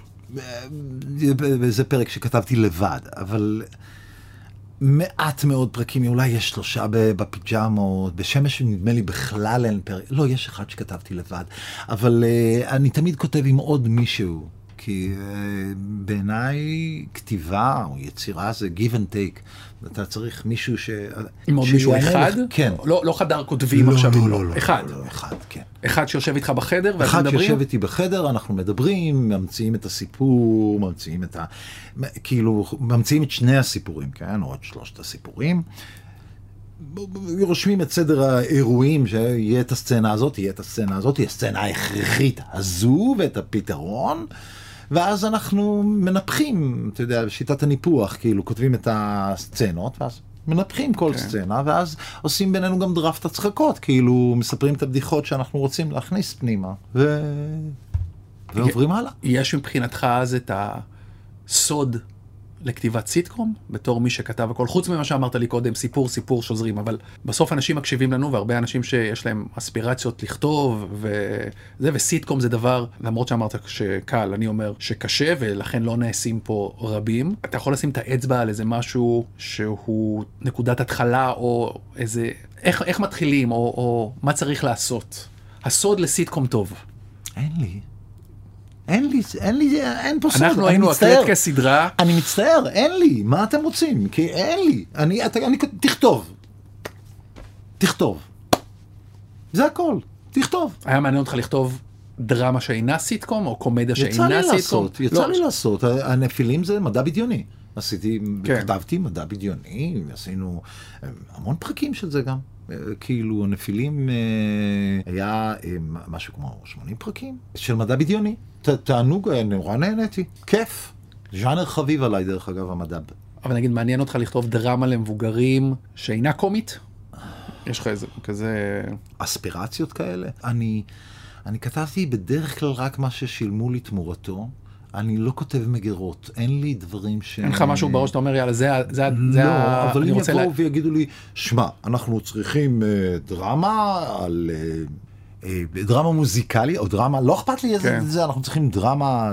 זה פרק שכתבתי לבד, אבל... מעט מאוד פרקים, אולי יש 3 בפיג'מות, בשמש נדמה לי בכלל אין פרק, לא, יש אחד שכתבתי לבד, אבל אני תמיד כותב עם עוד מישהו, כי בעיניי כתיבה או יצירה זה give and take, אתה צריך מישהו עם עוד מישהו אחד? כן. לא חדר כותבים עכשיו. לא, אחד. לא, אחד, כן. אחד שיושב איתך בחדר ואתם אחד מדברים? שיושב איתי בחדר, אנחנו מדברים, ממציאים את הסיפור, ממציאים את כאילו, ממציאים את שני הסיפורים, כן? או את שלושת הסיפורים. רושמים את סדר האירועים, שיהיה את הסצנה הזאת, יהיה את הסצנה הזאת, יהיה הסצנה ההכרחית הזו ואת הפתרון, ואז אנחנו מנפחים, אתה יודע, בשיטת הניפוח, כאילו, כותבים את הסצנות, ואז מנפחים כל סצנה, ואז עושים בינינו גם דרפט הצחקות, כאילו, מספרים את הבדיחות שאנחנו רוצים להכניס פנימה, ועוברים הלאה. יש מבחינתך אז את הסוד לכתיבת סיטקום, בתור מי שכתב הכל, חוץ ממה שאמרת לי קודם, סיפור שוזרים, אבל בסוף אנשים מקשיבים לנו, והרבה אנשים שיש להם אספירציות לכתוב, וסיטקום זה דבר, למרות שאמרת שקל, אני אומר שקשה, ולכן לא נעשים פה רבים. אתה יכול לשים את האצבע על איזה משהו שהוא נקודת התחלה, או איזה, איך מתחילים, או מה צריך לעשות? הסוד לסיטקום טוב. אין פה סוד. אנחנו היינו הקלט כסדרה. אני מצטער, אין לי. מה אתם רוצים? כי אין לי. תכתוב. זה הכל. תכתוב. היה מעניין אותך לכתוב דרמה שאינה סיטקום, או קומדיה שאינה סיטקום? יצא לי לעשות. הנפילים זה מדע בדיוני. כתבתי מדע בדיוני, עשינו המון פרקים של זה גם. כאילו הנפילים היה משהו כמו 80 פרקים של מדע בדיוני. תענוג, נורא נהניתי. כיף. ז'אנר חביב עליי דרך אגב המדע. אבל נגיד מעניין אותך לכתוב דרמה למבוגרים שאינה קומית? יש לך איזה כזה אספירציות כאלה? אני כתבתי בדרך כלל רק מה ששילמו לי תמורתו. אני לא כותב מגירות, אין לי דברים אין לך משהו בראש שאתה אומר, יאללה, לא, אבל אם יבואו ויגידו לי, שמע, אנחנו צריכים דרמה על דרמה מוזיקלית, או דרמה, לא אכפת לי איזה זה, אנחנו צריכים דרמה,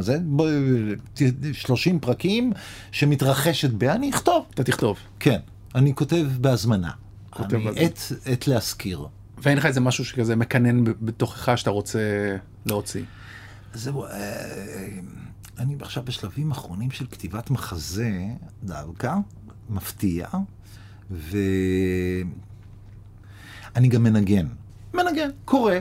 30 פרקים שמתרחשת אני אכתוב. אתה תכתוב. כן, אני כותב בהזמנה. אני עת להזכיר. ואין לך איזה משהו שכזה מקנן בתוכך שאתה רוצה להוציא? זהו, אני עכשיו בשלבים אחרונים של כתיבת מחזה, דווקא, מפתיע, ואני גם מנגן, קורא,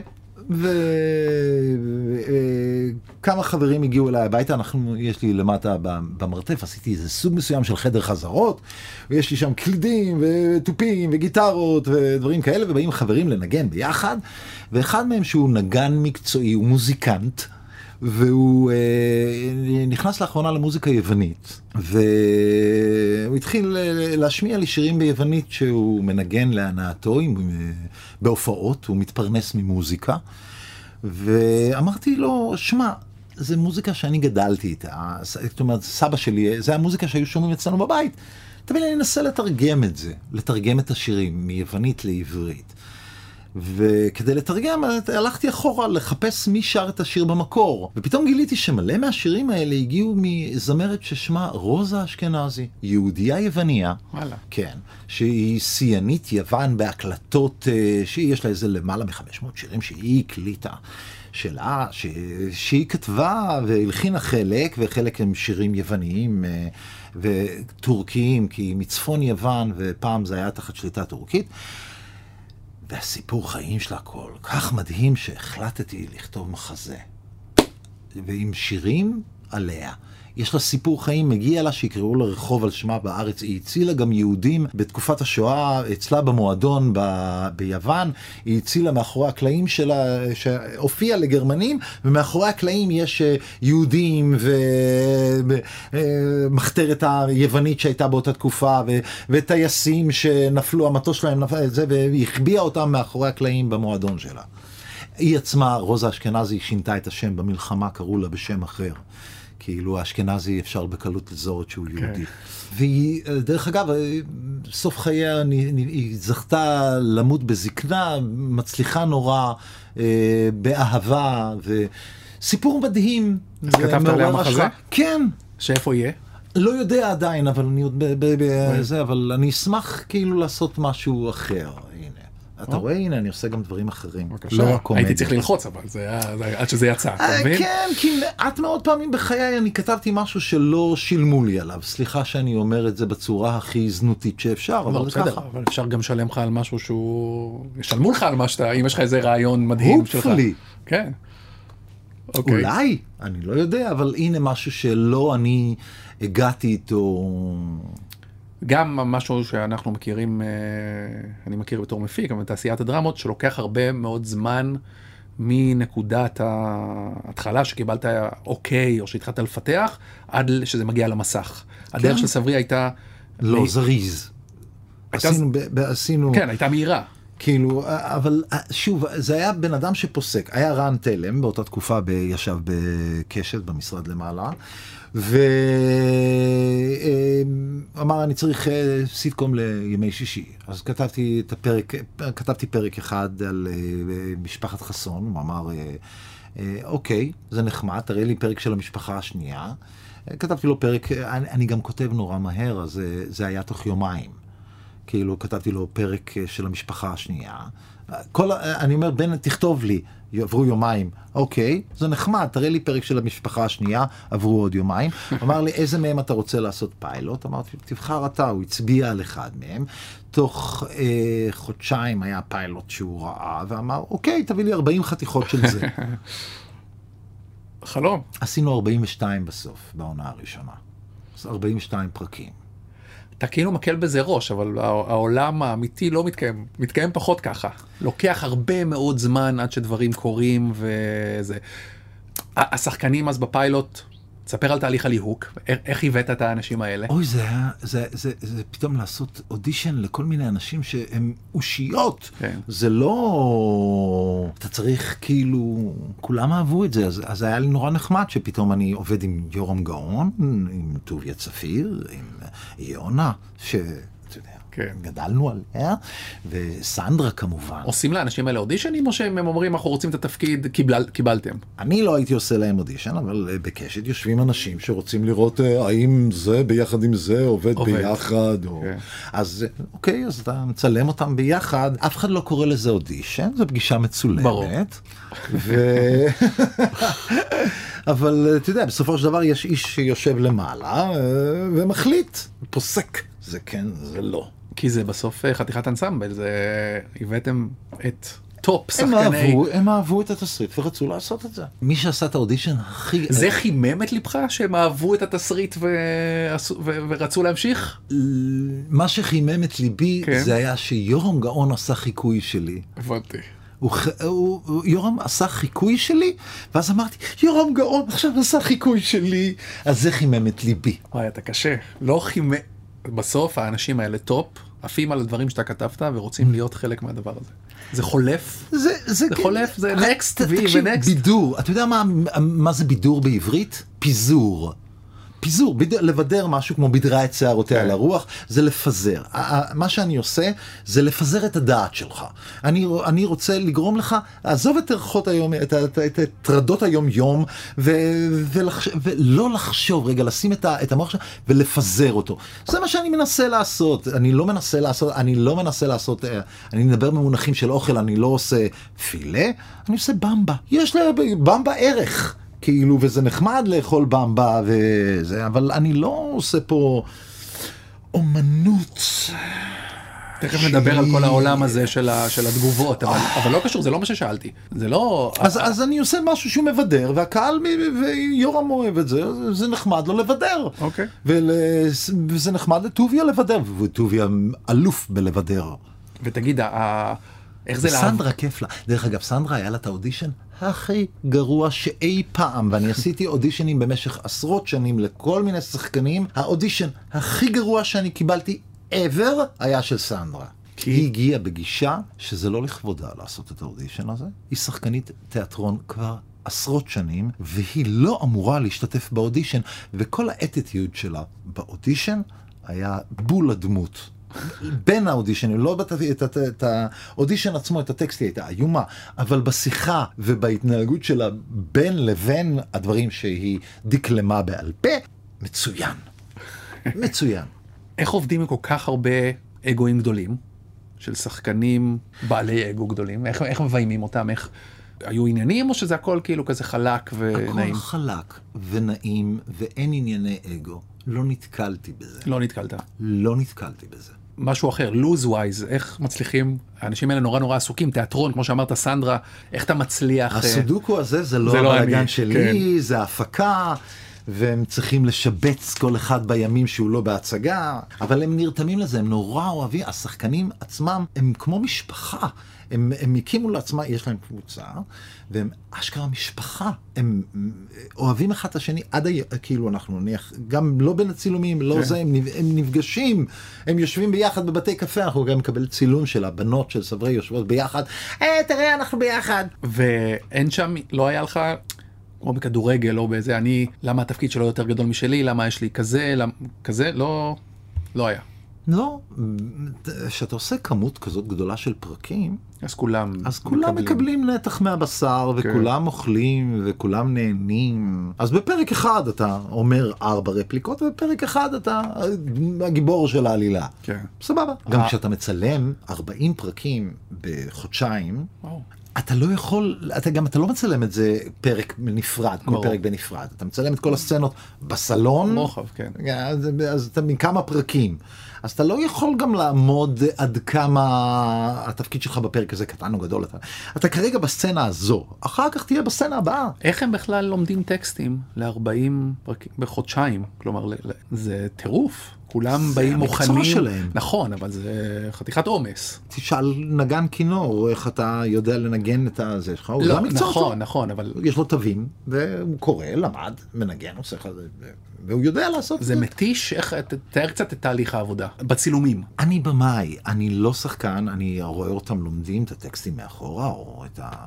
וכמה חברים הגיעו אליי הביתה, יש לי למטה במרתף, עשיתי איזה סוג מסוים של חדר חזרות, ויש לי שם קלידים וטופים וגיטרות ודברים כאלה, ובאים חברים לנגן ביחד, ואחד מהם שהוא נגן מקצועי, הוא מוזיקנט, והוא נכנס לאחרונה למוזיקה יוונית, והוא התחיל להשמיע לי שירים ביוונית שהוא מנגן להנאתו בהופעות, הוא מתפרנס ממוזיקה, ואמרתי לו, שמע, זה מוזיקה שאני גדלתי איתה, זאת אומרת, סבא שלי, זה המוזיקה שהיו שומעים אצלנו בבית, תבין, אני אנסה לתרגם את זה, לתרגם את השירים מיוונית לעברית. וכדי לתרגם, הלכתי אחורה לחפש מי שר את השיר במקור. ופתאום גיליתי שמלא מהשירים האלה הגיעו מזמרת ששמה רוזה אשכנזי, יהודיה יווניה. וואלה. כן. שהיא שיאנית יוון בהקלטות, שיש לה איזה למעלה מ-500 שירים שהיא הקליטה. שלה, שהיא כתבה והלחינה חלק, וחלק הם שירים יווניים וטורקיים, כי מצפון יוון, ופעם זה היה תחת שליטה טורקית. והסיפור חיים שלה כל כך מדהים שהחלטתי לכתוב מחזה. ועם שירים עליה. יש לה סיפור חיים, מגיע לה שיקראו לה רחוב על שמה בארץ. היא הצילה גם יהודים בתקופת השואה, אצלה במועדון ביוון. היא הצילה מאחורי הקלעים שלה, שהופיעה לגרמנים, ומאחורי הקלעים יש יהודים ומחתרת היוונית שהייתה באותה תקופה, וטייסים שנפלו, המטוס שלהם נפל, והיא החביאה אותם מאחורי הקלעים במועדון שלה. היא עצמה, רוזה אשכנזי, שינתה את השם במלחמה, קראו לה בשם אחר. כאילו האשכנזי אפשר בקלות לזהות שהוא יהודי. והיא, דרך אגב, סוף חייה היא זכתה למות בזקנה, מצליחה נורא, באהבה, וסיפור מדהים. אז כתבת עליה מחזה? כן. שאיפה יהיה? לא יודע עדיין, אבל אני עוד בזה, אבל אני אשמח כאילו לעשות משהו אחר. הנה. אתה רואה, הנה, אני עושה גם דברים אחרים. לא רק קומדיה. הייתי צריך ללחוץ, אבל זה היה, עד שזה יצא, אתה מבין? כן, כי מעט מאוד פעמים בחיי אני כתבתי משהו שלא שילמו לי עליו. סליחה שאני אומר את זה בצורה הכי זנותית שאפשר, אבל זה ככה. אבל אפשר גם לשלם לך על משהו שהוא... ישלמו לך על מה שאתה, אם יש לך איזה רעיון מדהים שלך. הופלי. כן. אולי, אני לא יודע, אבל הנה משהו שלא אני הגעתי איתו... גם משהו שאנחנו מכירים, אני מכיר בתור מפיק, אבל תעשיית הדרמות, שלוקח הרבה מאוד זמן מנקודת ההתחלה שקיבלת אוקיי, או שהתחלת לפתח, עד שזה למסך. הדרך של סברי הייתה... לא, זריז. עשינו... כן, הייתה מהירה. כאילו, אבל שוב, זה היה בן אדם שפוסק. היה רן תלם, באותה תקופה ישב בקשת, במשרד למעלה, ואמר, אני צריך סיטקום לימי שישי. אז כתבתי פרק אחד על משפחת חסון, הוא אמר, אוקיי, זה נחמד, תראה לי פרק של המשפחה השנייה. כתבתי לו פרק, אני גם כותב נורא מהר, אז זה היה תוך יומיים. כאילו, כתבתי לו פרק של המשפחה השנייה. אני אומר, בן, תכתוב לי, עברו יומיים. אוקיי, זה נחמד, תראה לי פרק של המשפחה השנייה, עברו עוד יומיים. אמר לי, איזה מהם אתה רוצה לעשות פיילוט? אמרתי, תבחר אתה, הוא הצביע על אחד מהם. תוך חודשיים היה פיילוט שהוא ראה, ואמר, אוקיי, תביא לי 40 חתיכות של זה. חלום. עשינו 42 בסוף, בעונה הראשונה. 42 פרקים. אתה כאילו מקל בזה ראש, אבל העולם האמיתי לא מתקיים. מתקיים פחות ככה. לוקח הרבה מאוד זמן עד שדברים קורים וזה. השחקנים אז בפיילוט, תספר על תהליך הליהוק, איך הבאת את האנשים האלה? אוי, זה פתאום לעשות אודישן לכל מיני אנשים שהם אושיות. כן. זה לא... אתה צריך כאילו... כולם אהבו את זה, אז היה לי נורא נחמד שפתאום אני עובד עם יורם גאון, עם טוביה צפיר, עם יונה, אתה יודע, כן. גדלנו עליה, וסנדרה כמובן. עושים לאנשים האלה אודישנים, או שהם אומרים, אנחנו רוצים את התפקיד, קיבלתם? אני לא הייתי עושה להם אודישן, אבל בקשת יושבים אנשים שרוצים לראות האם זה ביחד עם זה עובד. ביחד. אז אוקיי, אז אתה מצלם אותם ביחד. אף אחד לא קורא לזה אודישן, זו פגישה מצולמת. ברור. אבל אתה יודע, בסופו של דבר יש איש שיושב למעלה ומחליט, פוסק. זה כן, זה לא. כי זה בסוף חתיכת אנסמבל, זה הבאתם את טופ שחקני... הם אהבו את התסריט ורצו לעשות את זה. מי שעשה את האודישן הכי... זה חימם את לבך שהם אהבו את התסריט ורצו להמשיך? מה שחימם את ליבי זה היה שיורם גאון עשה חיקוי שלי. הבנתי. יורם עשה חיקוי שלי, ואז אמרתי, יורם גאון עכשיו עשה חיקוי שלי. אז זה חימם את ליבי. וואי, אתה קשה. לא חימם... בסוף האנשים האלה טופ, עפים על הדברים שאתה כתבת ורוצים להיות חלק מהדבר הזה. זה חולף? זה חולף? זה נקסט ונקסט? בידור. אתה יודע מה זה בידור בעברית? פיזור. פיזור, לבדר משהו כמו בדרה את שערותיה על הרוח, זה לפזר. מה שאני עושה, זה לפזר את הדעת שלך. אני רוצה לגרום לך, עזוב את ערכות היום, את טרדות היום-יום, ולא לחשוב, רגע, לשים את המוח שלך, ולפזר אותו. זה מה שאני מנסה לעשות. אני לא מנסה לעשות, אני מדבר במונחים של אוכל, אני לא עושה פילה, אני עושה במבה. יש לבמבה ערך. כאילו, וזה נחמד לאכול במבה וזה, אבל אני לא עושה פה אומנות. תכף נדבר על כל העולם הזה של התגובות, אבל לא קשור, זה לא מה ששאלתי. זה לא... אז אני עושה משהו שהוא מבדר, והקהל ויורם אוהב את זה, זה נחמד לו לבדר. אוקיי. וזה נחמד לטוביה לבדר, וטוביה אלוף בלבדר. ותגיד, איך זה סנדרה כיף לה. דרך אגב, סנדרה היה לה את האודישן הכי גרוע שאי פעם, ואני עשיתי אודישנים במשך עשרות שנים לכל מיני שחקנים. האודישן הכי גרוע שאני קיבלתי ever היה של סנדרה. היא הגיעה בגישה שזה לא לכבודה לעשות את האודישן הזה. היא שחקנית תיאטרון כבר עשרות שנים, והיא לא אמורה להשתתף באודישן, וכל האטיטיוד שלה באודישן היה בול הדמות. בין האודישנים, לא את האודישן עצמו, את הטקסט הייתה איומה, אבל בשיחה ובהתנהגות שלה בין לבין הדברים שהיא דקלמה בעל פה, מצוין. מצוין. איך עובדים עם כל כך הרבה אגואים גדולים? של שחקנים בעלי אגו גדולים? איך מביימים אותם? איך היו עניינים או שזה הכל כאילו כזה חלק ונעים? הכל חלק ונעים ואין ענייני אגו. לא נתקלתי בזה. לא נתקלת. לא נתקלתי בזה. משהו אחר, לוז ווייז, איך מצליחים, האנשים האלה נורא עסוקים, תיאטרון, כמו שאמרת סנדרה, איך אתה מצליח? הסודוקו הזה זה לא הבלגן שלי, כן. זה ההפקה, והם צריכים לשבץ כל אחד בימים שהוא לא בהצגה, אבל הם נרתמים לזה, הם נורא אוהבים, השחקנים עצמם הם כמו משפחה, הם הקימו לעצמם, יש להם קבוצה, והם אשכרה משפחה, הם אוהבים אחד את השני, כאילו אנחנו נניח, גם לא בין הצילומים, לא זה, הם נפגשים, הם יושבים ביחד בבתי קפה, אנחנו גם מקבל צילום של הבנות של סברי יושבות ביחד, תראה, אנחנו ביחד. ואין שם, לא היה לך, כמו בכדורגל או באיזה, למה התפקיד שלו יותר גדול משלי, למה יש לי כזה, לא היה. לא, כשאתה עושה כמות כזאת גדולה של פרקים, אז כולם מקבלים נתח מהבשר, וכולם אוכלים, וכולם נהנים. אז בפרק אחד אתה אומר 4 רפליקות, ובפרק אחד אתה הגיבור של העלילה. סבבה. גם כשאתה מצלם 40 פרקים בחודשיים, אתה לא יכול, אתה לא מצלם את זה פרק נפרד, כל פרק בנפרד. אתה מצלם את כל הסצנות בסלון. רוחב, כן. אז אתה מכמה פרקים. אז אתה לא יכול גם לעמוד עד כמה התפקיד שלך בפרק הזה קטן או גדול. אתה כרגע בסצנה הזו, אחר כך תהיה בסצנה הבאה. איך הם בכלל לומדים טקסטים ל-40 פרקים בחודשיים? כלומר, זה טירוף. כולם באים מוכנים. זה המקצוע שלהם. נכון, אבל זה חתיכת עומס. תשאל נגן כינור, איך אתה יודע לנגן את הזה שלך. לא, נכון, אבל... יש לו תווים, והוא קורא, למד, מנגן, עושה לך, והוא יודע לעשות את זה. זה מתיש, תאר קצת את תהליך העבודה, בצילומים. אני במאי, אני לא שחקן, אני רואה אותם לומדים את הטקסטים מאחורה, או את ה...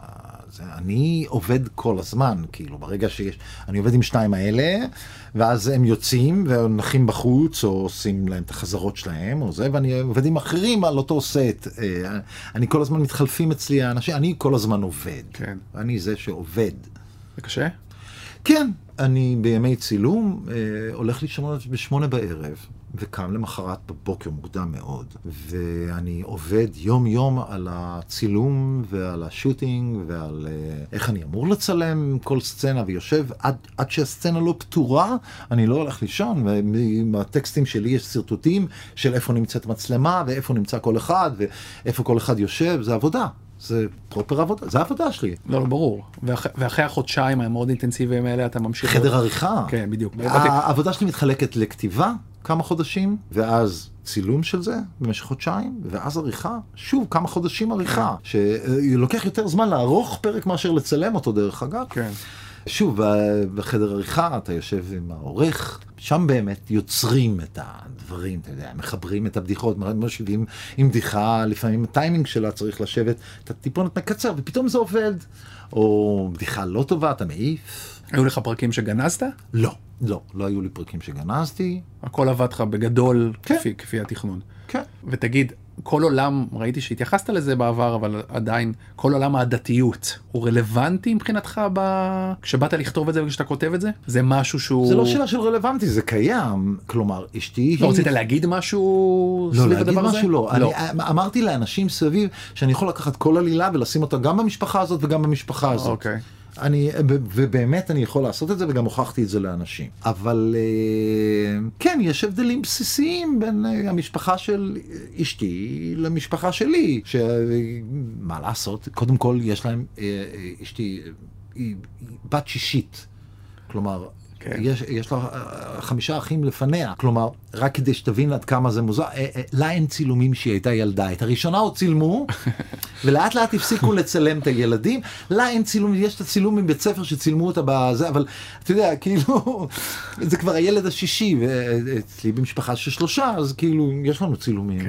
אני עובד כל הזמן, כאילו, ברגע שיש, אני עובד עם 2 האלה, ואז הם יוצאים ונחים בחוץ, או עושים להם את החזרות שלהם, או זה, ואני עובד עם אחרים על אותו סט. אני כל הזמן מתחלפים אצלי האנשים, אני כל הזמן עובד. כן. אני זה שעובד. זה קשה? כן. אני בימי צילום הולך לישון ב8 בערב, וקם למחרת בבוקר מוקדם מאוד, ואני עובד יום יום על הצילום ועל השוטינג ועל איך אני אמור לצלם כל סצנה, ויושב עד שהסצנה לא פתורה, אני לא הולך לישון, ובטקסטים שלי יש סרטוטים של איפה נמצאת מצלמה ואיפה נמצא כל אחד ואיפה כל אחד יושב, זה עבודה. זה פרופר עבודה, זה העבודה שלי. לא, ברור. ואחרי החודשיים המאוד אינטנסיביים האלה אתה ממשיך... חדר עריכה. כן, בדיוק. העבודה שלי מתחלקת לכתיבה כמה חודשים, ואז צילום של זה במשך חודשיים, ואז עריכה, שוב כמה חודשים עריכה, שלוקח יותר זמן לערוך פרק מאשר לצלם אותו דרך אגב. כן. שוב, בחדר עריכה אתה יושב עם העורך, שם באמת יוצרים את הדברים, אתה יודע, מחברים את הבדיחות, מושיבים עם בדיחה, לפעמים הטיימינג שלה צריך לשבת, אתה טיפונת מקצר, ופתאום זה עובד, או בדיחה לא טובה, אתה מעיף. היו לך פרקים שגנזת? לא היו לי פרקים שגנזתי. הכל עבד לך בגדול, כפי התכנון. כן. ותגיד, כל עולם, ראיתי שהתייחסת לזה בעבר, אבל עדיין, כל עולם העדתיות, הוא רלוונטי מבחינתך כשבאת לכתוב את זה וכשאתה כותב את זה? זה משהו שהוא... זה לא שאלה של רלוונטי, זה קיים. כלומר, אשתי... לא רצית להגיד משהו סביב הדבר הזה? לא, להגיד משהו לא. אני אמרתי לאנשים סביב שאני יכול לקחת כל עלילה ולשים אותה גם במשפחה הזאת וגם במשפחה הזאת. אוקיי. ובאמת אני יכול לעשות את זה, וגם הוכחתי את זה לאנשים. אבל כן, יש הבדלים בסיסיים בין המשפחה של אשתי למשפחה שלי, שמה לעשות? קודם כל יש להם, אשתי היא בת 6, כלומר, יש לה 5 אחים לפניה, כלומר, רק כדי שתבין עד כמה זה מוזר, לה אין צילומים שהיא הייתה ילדה, את הראשונה עוד צילמו, ולאט לאט הפסיקו לצלם את הילדים, לה אין צילומים, יש את הצילום מבית ספר שצילמו אותה בזה, אבל אתה יודע, כאילו, זה כבר הילד השישי, ואצלי במשפחה של 3, אז כאילו, יש לנו צילומים.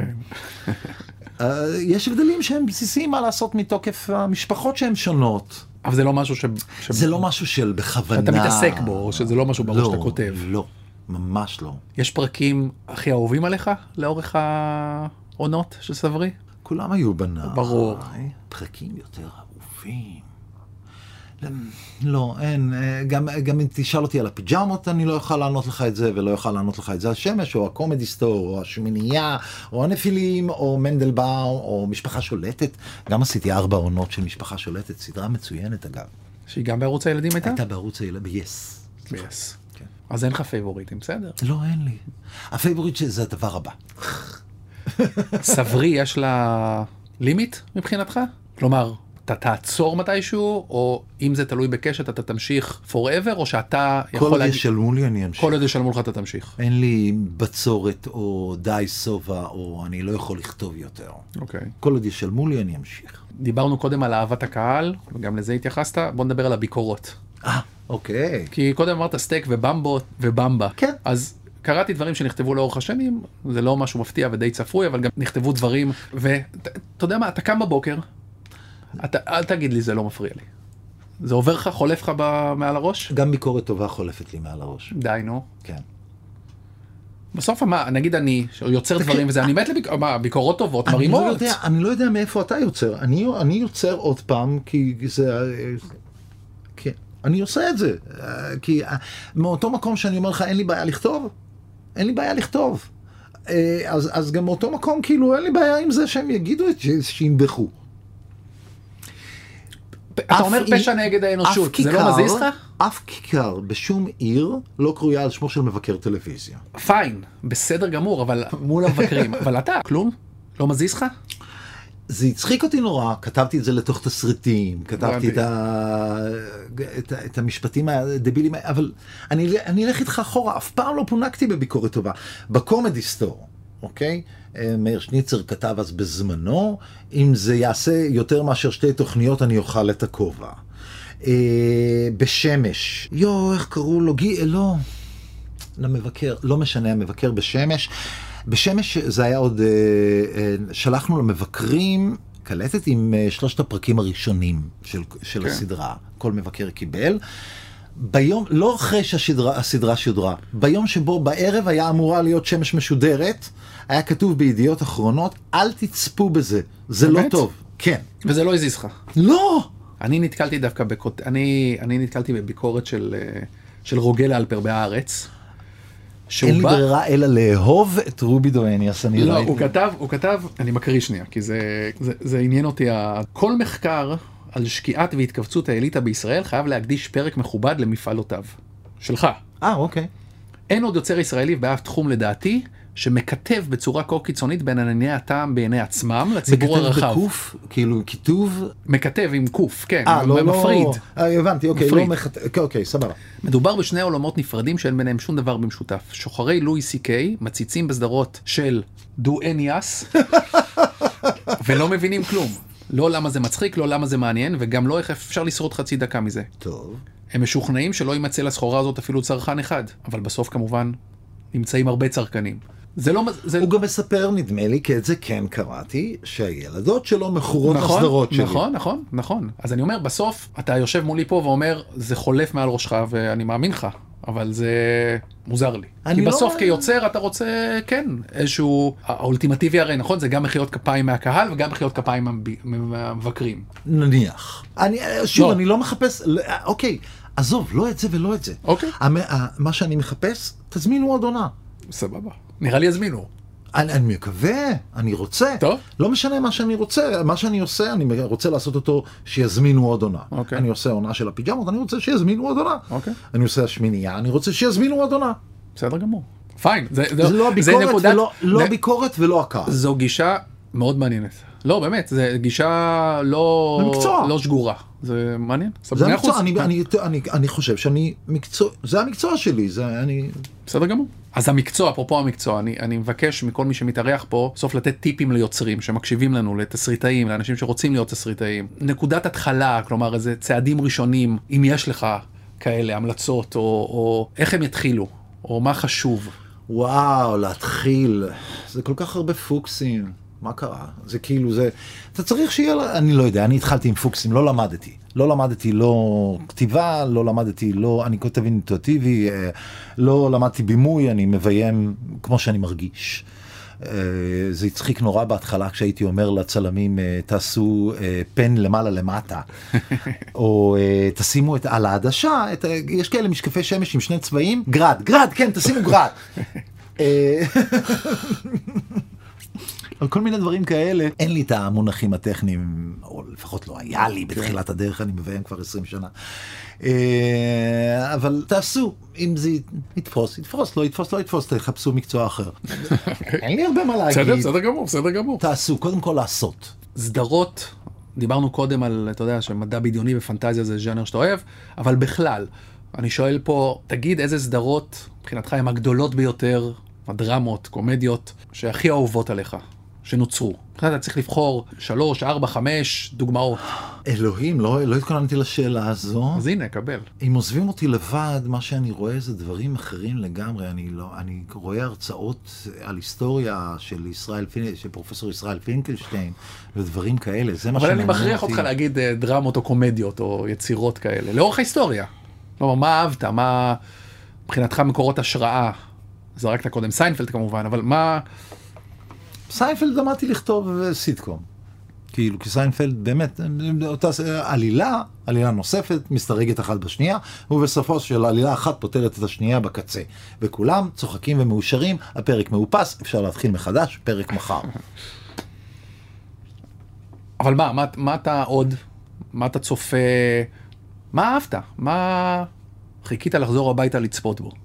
יש הבדלים שהם בסיסיים מה לעשות מתוקף המשפחות שהן שונות. אבל זה לא משהו זה לא משהו של בכוונה. אתה מתעסק בו, או שזה לא משהו בראש שאתה כותב. לא, ממש לא. יש פרקים הכי אהובים עליך לאורך העונות של סברי? כולם היו בנאי. ברור. פרקים יותר אהובים. לא, אין. גם אם תשאל אותי על הפיג'מות, אני לא אוכל לענות לך את זה, ולא אוכל לענות לך את זה. השמש, או הקומדי סטור, או השמינייה, או הנפילים, או מנדלבאום, או משפחה שולטת. גם עשיתי 4 עונות של משפחה שולטת, סדרה מצוינת אגב. שהיא גם בערוץ הילדים הייתה? הייתה בערוץ הילדים, ב-yes. ב-yes. אז אין לך פייבוריטים, בסדר? לא, אין לי. הפייבוריט זה הדבר הבא. סברי, יש לה לימיט מבחינתך? כלומר, אתה תעצור מתישהו, או אם זה תלוי בקשת, אתה תמשיך forever, או שאתה יכול כל עוד ישלמו לי, אני אמשיך. כל עוד ישלמו לך, אתה תמשיך. אין לי בצורת, או די סובה, או אני לא יכול לכתוב יותר. אוקיי. כל עוד ישלמו לי, אני אמשיך. דיברנו קודם על אהבת הקהל, וגם לזה התייחסת, בוא נדבר על הביקורות. אוקיי. כי קודם אמרת סטייק ובמבו ובמבה. כן. אז קראתי דברים שנכתבו לאורך השנים, זה לא משהו מפתיע ודי צפוי, אבל גם נכתבו דברים, ואתה יודע מה, אתה קם בבוקר, אל תגיד לי, זה לא מפריע לי. זה עובר לך, חולף לך מעל הראש? גם ביקורת טובה חולפת לי מעל הראש. די, נו. כן. בסוף, נגיד אני יוצר דברים וזה, אני מת לביקורות טובות, מרימות. אני לא יודע מאיפה אתה יוצר. אני יוצר עוד פעם, כי זה... כן. אני עושה את זה. כי מאותו מקום שאני אומר לך, אין לי בעיה לכתוב. אין לי בעיה לכתוב. אז גם מאותו מקום, כאילו, אין לי בעיה עם זה שהם יגידו את זה, שינבחו. אתה אומר פשע נגד האנושות, זה לא מזיז לך? אף כיכר בשום עיר לא קרויה על שמו של מבקר טלוויזיה. פיין, בסדר גמור, אבל מול המבקרים. אבל אתה, כלום? לא מזיז לך? זה הצחיק אותי נורא, כתבתי את זה לתוך תסריטים, כתבתי את המשפטים הדבילים, אבל אני אלך איתך אחורה, אף פעם לא פונקתי בביקורת טובה. בקומדי סטור, אוקיי? מאיר שניצר כתב אז בזמנו, אם זה יעשה יותר מאשר 2 תוכניות, אני אוכל את הכובע. בשמש, איך קראו לו? לא, למבקר, לא משנה, המבקר בשמש. בשמש זה היה עוד, שלחנו למבקרים, קלטת עם 3 הפרקים הראשונים של הסדרה, כל מבקר קיבל. ביום, לא אחרי שהסדרה שודרה, ביום שבו בערב היה אמורה להיות שמש משודרת, היה כתוב בידיעות אחרונות, אל תצפו בזה, זה לא טוב. כן. וזה לא הזיז לך. לא! אני נתקלתי דווקא, אני נתקלתי בביקורת של רוגל אלפר בהארץ. אין לי ברירה אלא לאהוב את רובי דואניאס, אני לא, הוא כתב, אני מקריא שנייה, כי זה עניין אותי, כל מחקר על שקיעת והתכווצות האליטה בישראל חייב להקדיש פרק מכובד למפעלותיו. שלך. אוקיי. אין עוד יוצר ישראלי באף תחום לדעתי, שמכתב בצורה כה קיצונית בין ענייני הטעם בעיני עצמם לציבור הרחב. מכתב בקוף? כאילו כיתוב? מכתב עם קוף, כן. מפריד. הבנתי, אוקיי, סבבה. מדובר בשני עולמות נפרדים שאין ביניהם שום דבר במשותף. שוחרי לואי סי-קיי מציצים בסדרות של דואניאס, ולא מבינים כלום. לא למה זה מצחיק, לא למה זה מעניין, וגם לא איך אפשר לשרוד חצי דקה מזה. טוב. הם משוכנעים שלא יימצא לסחורה הזאת אפילו צרכן אחד, אבל בסוף כמובן נמצאים הרבה צרכנים. הוא גם מספר, נדמה לי, כי את זה כן קראתי, שהילדות שלו מכורות לסדרות שלי. נכון. אז אני אומר, בסוף אתה יושב מולי פה ואומר, זה חולף מעל ראשך, ואני מאמין לך, אבל זה מוזר לי. כי בסוף כיוצר אתה רוצה, כן, איזשהו, האולטימטיבי הרי, נכון? זה גם מחיאות כפיים מהקהל, וגם מחיאות כפיים מהמבקרים. נניח. שוב, אני לא מחפש, אוקיי, עזוב, לא את זה ולא את זה. אוקיי. מה שאני מחפש, תזמינו עוד עונה. סבבה. נראה לי יזמינו. אני מקווה, אני רוצה. טוב. לא משנה מה שאני רוצה, מה שאני עושה, אני רוצה לעשות אותו שיזמינו עוד עונה. אוקיי. אני עושה עונה של הפיג'מות, אני רוצה שיזמינו עוד עונה. אוקיי. אני עושה השמינייה, אני רוצה שיזמינו עוד עונה. בסדר גמור. פיין. זה לא הביקורת ולא הביקורת ולא הקהל. זו גישה מאוד מעניינת. לא, באמת, זו גישה לא שגורה. זה מעניין. זה המקצוע, אני חושב שאני מקצוע, זה המקצוע שלי, זה אני... בסדר גמור. אז המקצוע, אפרופו המקצוע, אני מבקש מכל מי שמתארח פה, סוף לתת טיפים ליוצרים שמקשיבים לנו, לתסריטאים, לאנשים שרוצים להיות תסריטאים. נקודת התחלה, כלומר, איזה צעדים ראשונים, אם יש לך כאלה המלצות, או איך הם יתחילו, או מה חשוב. וואו, להתחיל. זה כל כך הרבה פוקסים. מה קרה? זה כאילו, אתה צריך שיהיה, אני לא יודע, אני התחלתי עם פוקסים, לא למדתי לא כתיבה, אני כותב אינטואיטיבי, לא למדתי בימוי, אני מביים כמו שאני מרגיש. זה הצחיק נורא בהתחלה כשהייתי אומר לצלמים, תעשו פן למעלה למטה, או תשימו על העדשה, יש כאלה משקפי שמש עם שני צבעים, גרד, כן, תשימו גרד. על כל מיני דברים כאלה, אין לי את המונחים הטכניים, או לפחות לא היה לי בתחילת הדרך, אני מביים כבר 20 שנה. אבל תעשו, אם זה יתפוס, לא יתפוס, תחפשו מקצוע אחר. אין לי הרבה מה להגיד. בסדר גמור. תעשו, קודם כל לעשות. סדרות, דיברנו קודם על, אתה יודע, שמדע בדיוני ופנטזיה זה ז'אנר שאתה אוהב, אבל בכלל, אני שואל פה, תגיד איזה סדרות, מבחינתך, הן הגדולות ביותר, הדרמות, קומדיות, שהכי אהובות עליך, שנוצרו. אתה צריך לבחור 3, 4, 5 דוגמאות. אלוהים, לא התכוננתי לשאלה הזו. אז הנה, קבל. אם עוזבים אותי לבד, מה שאני רואה זה דברים אחרים לגמרי. אני רואה הרצאות על היסטוריה של פרופסור ישראל פינקלשטיין, ודברים כאלה. זה מה אבל אני שמעניין מכריח אותי. אותך להגיד דרמות או קומדיות או יצירות כאלה. לאורך ההיסטוריה. לא, מה אהבת? מה מבחינתך מקורות השראה? זרקת קודם סיינפלד כמובן, אבל מה... סיינפלד למדתי לכתוב סיטקום. כאילו, כי סיינפלד באמת, אותה עלילה נוספת, מסתרגת אחת בשנייה, ובסופו של עלילה אחת פותרת את השנייה בקצה. וכולם צוחקים ומאושרים, הפרק מאופס, אפשר להתחיל מחדש, פרק מחר. אבל מה אתה עוד? מה אתה צופה? מה אהבת? מה חיכית לחזור הביתה לצפות בו?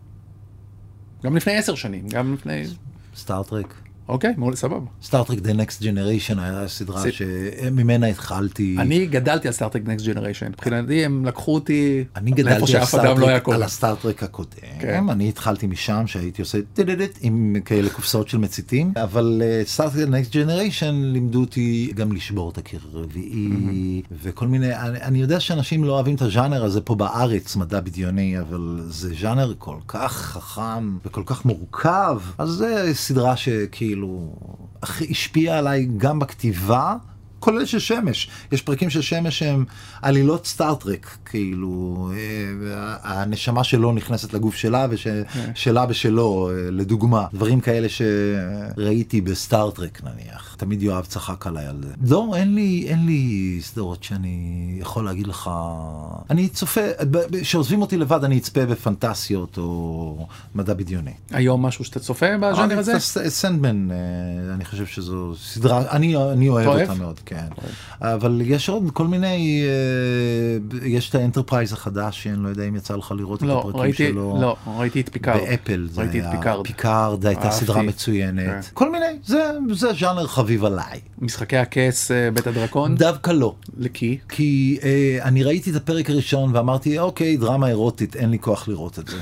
גם לפני 10 שנים, גם לפני... סטארטרק. אוקיי, מאוד סבבה. סטארטרק The Next Generation היה סדרה שממנה התחלתי. אני גדלתי על סטארטרק Next Generation. מבחינתי הם לקחו אותי אני גדלתי על על הסטארטרק הקודם. אני התחלתי משם שהייתי עושה עם כאלה קופסאות של מציתים. אבל סטארטרק Next Generation לימדו אותי גם לשבור את הקיר הרביעי וכל מיני. אני יודע שאנשים לא אוהבים את הז'אנר הזה פה בארץ, מדע בדיוני, אבל זה ז'אנר כל כך חכם וכל כך מורכב. אז זה סדרה שכאילו השפיע עליי גם בכתיבה, כולל של שמש. יש פרקים של שמש שהם עלילות סטארטרק, כאילו, הנשמה שלו נכנסת לגוף שלה, ושלה בשלו, לדוגמה. דברים כאלה שראיתי בסטארטרק, נניח. תמיד יואב צחק עליי על זה. לא, אין לי סדרות שאני יכול להגיד לך... אני צופה, שעוזבים אותי לבד, אני אצפה בפנטסיות או מדע בדיוני. היום משהו שאתה צופה בז'אנר הזה? סנדמן, אני חושב שזו סדרה, אני אוהב אותה מאוד. כן. אבל יש עוד כל מיני, יש את האנטרפרייז החדש, שאני לא יודע אם יצא לך לראות את הפרקים שלו. לא, ראיתי את פיקארד. באפל, זה היה פיקארד, הייתה סדרה מצוינת. כל מיני, זה ז'אנר חביב עליי. משחקי הכס, בית הדרקון? דווקא לא. לכי? כי אני ראיתי את הפרק הראשון ואמרתי, אוקיי, דרמה אירוטית, אין לי כוח לראות את זה.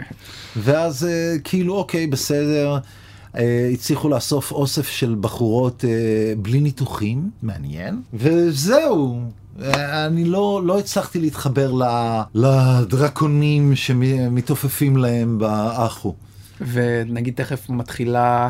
ואז כאילו, אוקיי, בסדר. הצליחו לאסוף אוסף של בחורות בלי ניתוחים, מעניין, וזהו. אני לא הצלחתי להתחבר לדרקונים שמתעופפים להם באחו. ונגיד תכף מתחילה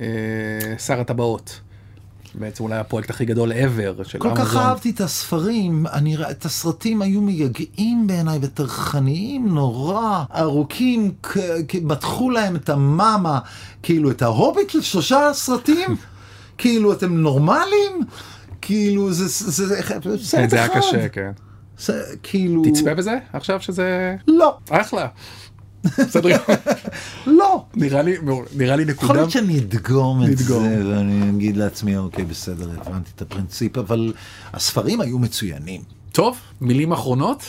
שר הטבעות. בעצם אולי הפרויקט הכי גדול ever של אמזון. כל כך אהבתי את הספרים, את הסרטים היו מייגעים בעיניי וטרחניים נורא, ארוכים, בטחו להם את המאמה, כאילו את ההוביט של 3 סרטים, כאילו אתם נורמלים, כאילו זה היה קשה, כן. כאילו... תצפה בזה עכשיו שזה... לא. אחלה. בסדר. לא. נראה לי נקודה. יכול להיות שאני אדגום את זה, ואני אגיד לעצמי, אוקיי, בסדר, הבנתי את הפרינציפ, אבל הספרים היו מצוינים. טוב, מילים אחרונות?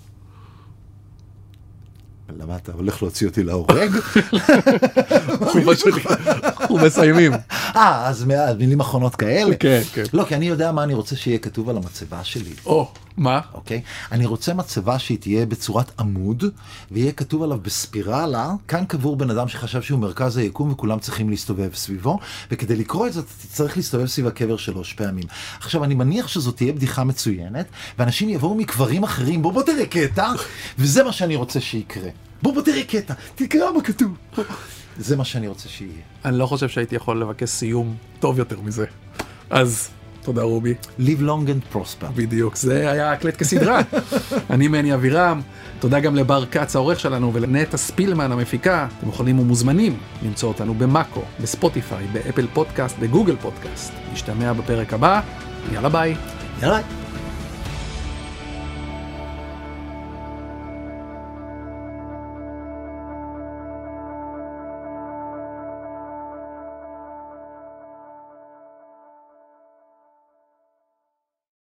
למה אתה הולך להוציא אותי להורג? אנחנו מסיימים. אז מילים אחרונות כאלה? כן, כן. לא, כי אני יודע מה אני רוצה שיהיה כתוב על המצבה שלי. מה? אוקיי? אני רוצה מצבה שהיא תהיה בצורת עמוד, ויהיה כתוב עליו בספירלה, כאן קבור בן אדם שחשב שהוא מרכז היקום וכולם צריכים להסתובב סביבו, וכדי לקרוא את זה אתה צריך להסתובב סביב הקבר 3 פעמים. עכשיו, אני מניח שזאת תהיה בדיחה מצוינת, ואנשים יבואו מקברים אחרים, בוא תראה קטע, וזה מה שאני רוצה שיקרה. בוא תראה קטע, תקרא מה כתוב. זה מה שאני רוצה שיהיה. אני לא חושב שהייתי יכול לבקש סיום טוב יותר מזה. אז תודה רובי. Live long and prosper. בדיוק, זה היה הקלט כסדרה. אני מני אבירם, תודה גם לבר קץ העורך שלנו ולנטע ספילמן המפיקה. אתם יכולים ומוזמנים למצוא אותנו במאקו, בספוטיפיי, באפל פודקאסט, בגוגל פודקאסט. נשתמע בפרק הבא, יאללה ביי. יאללה.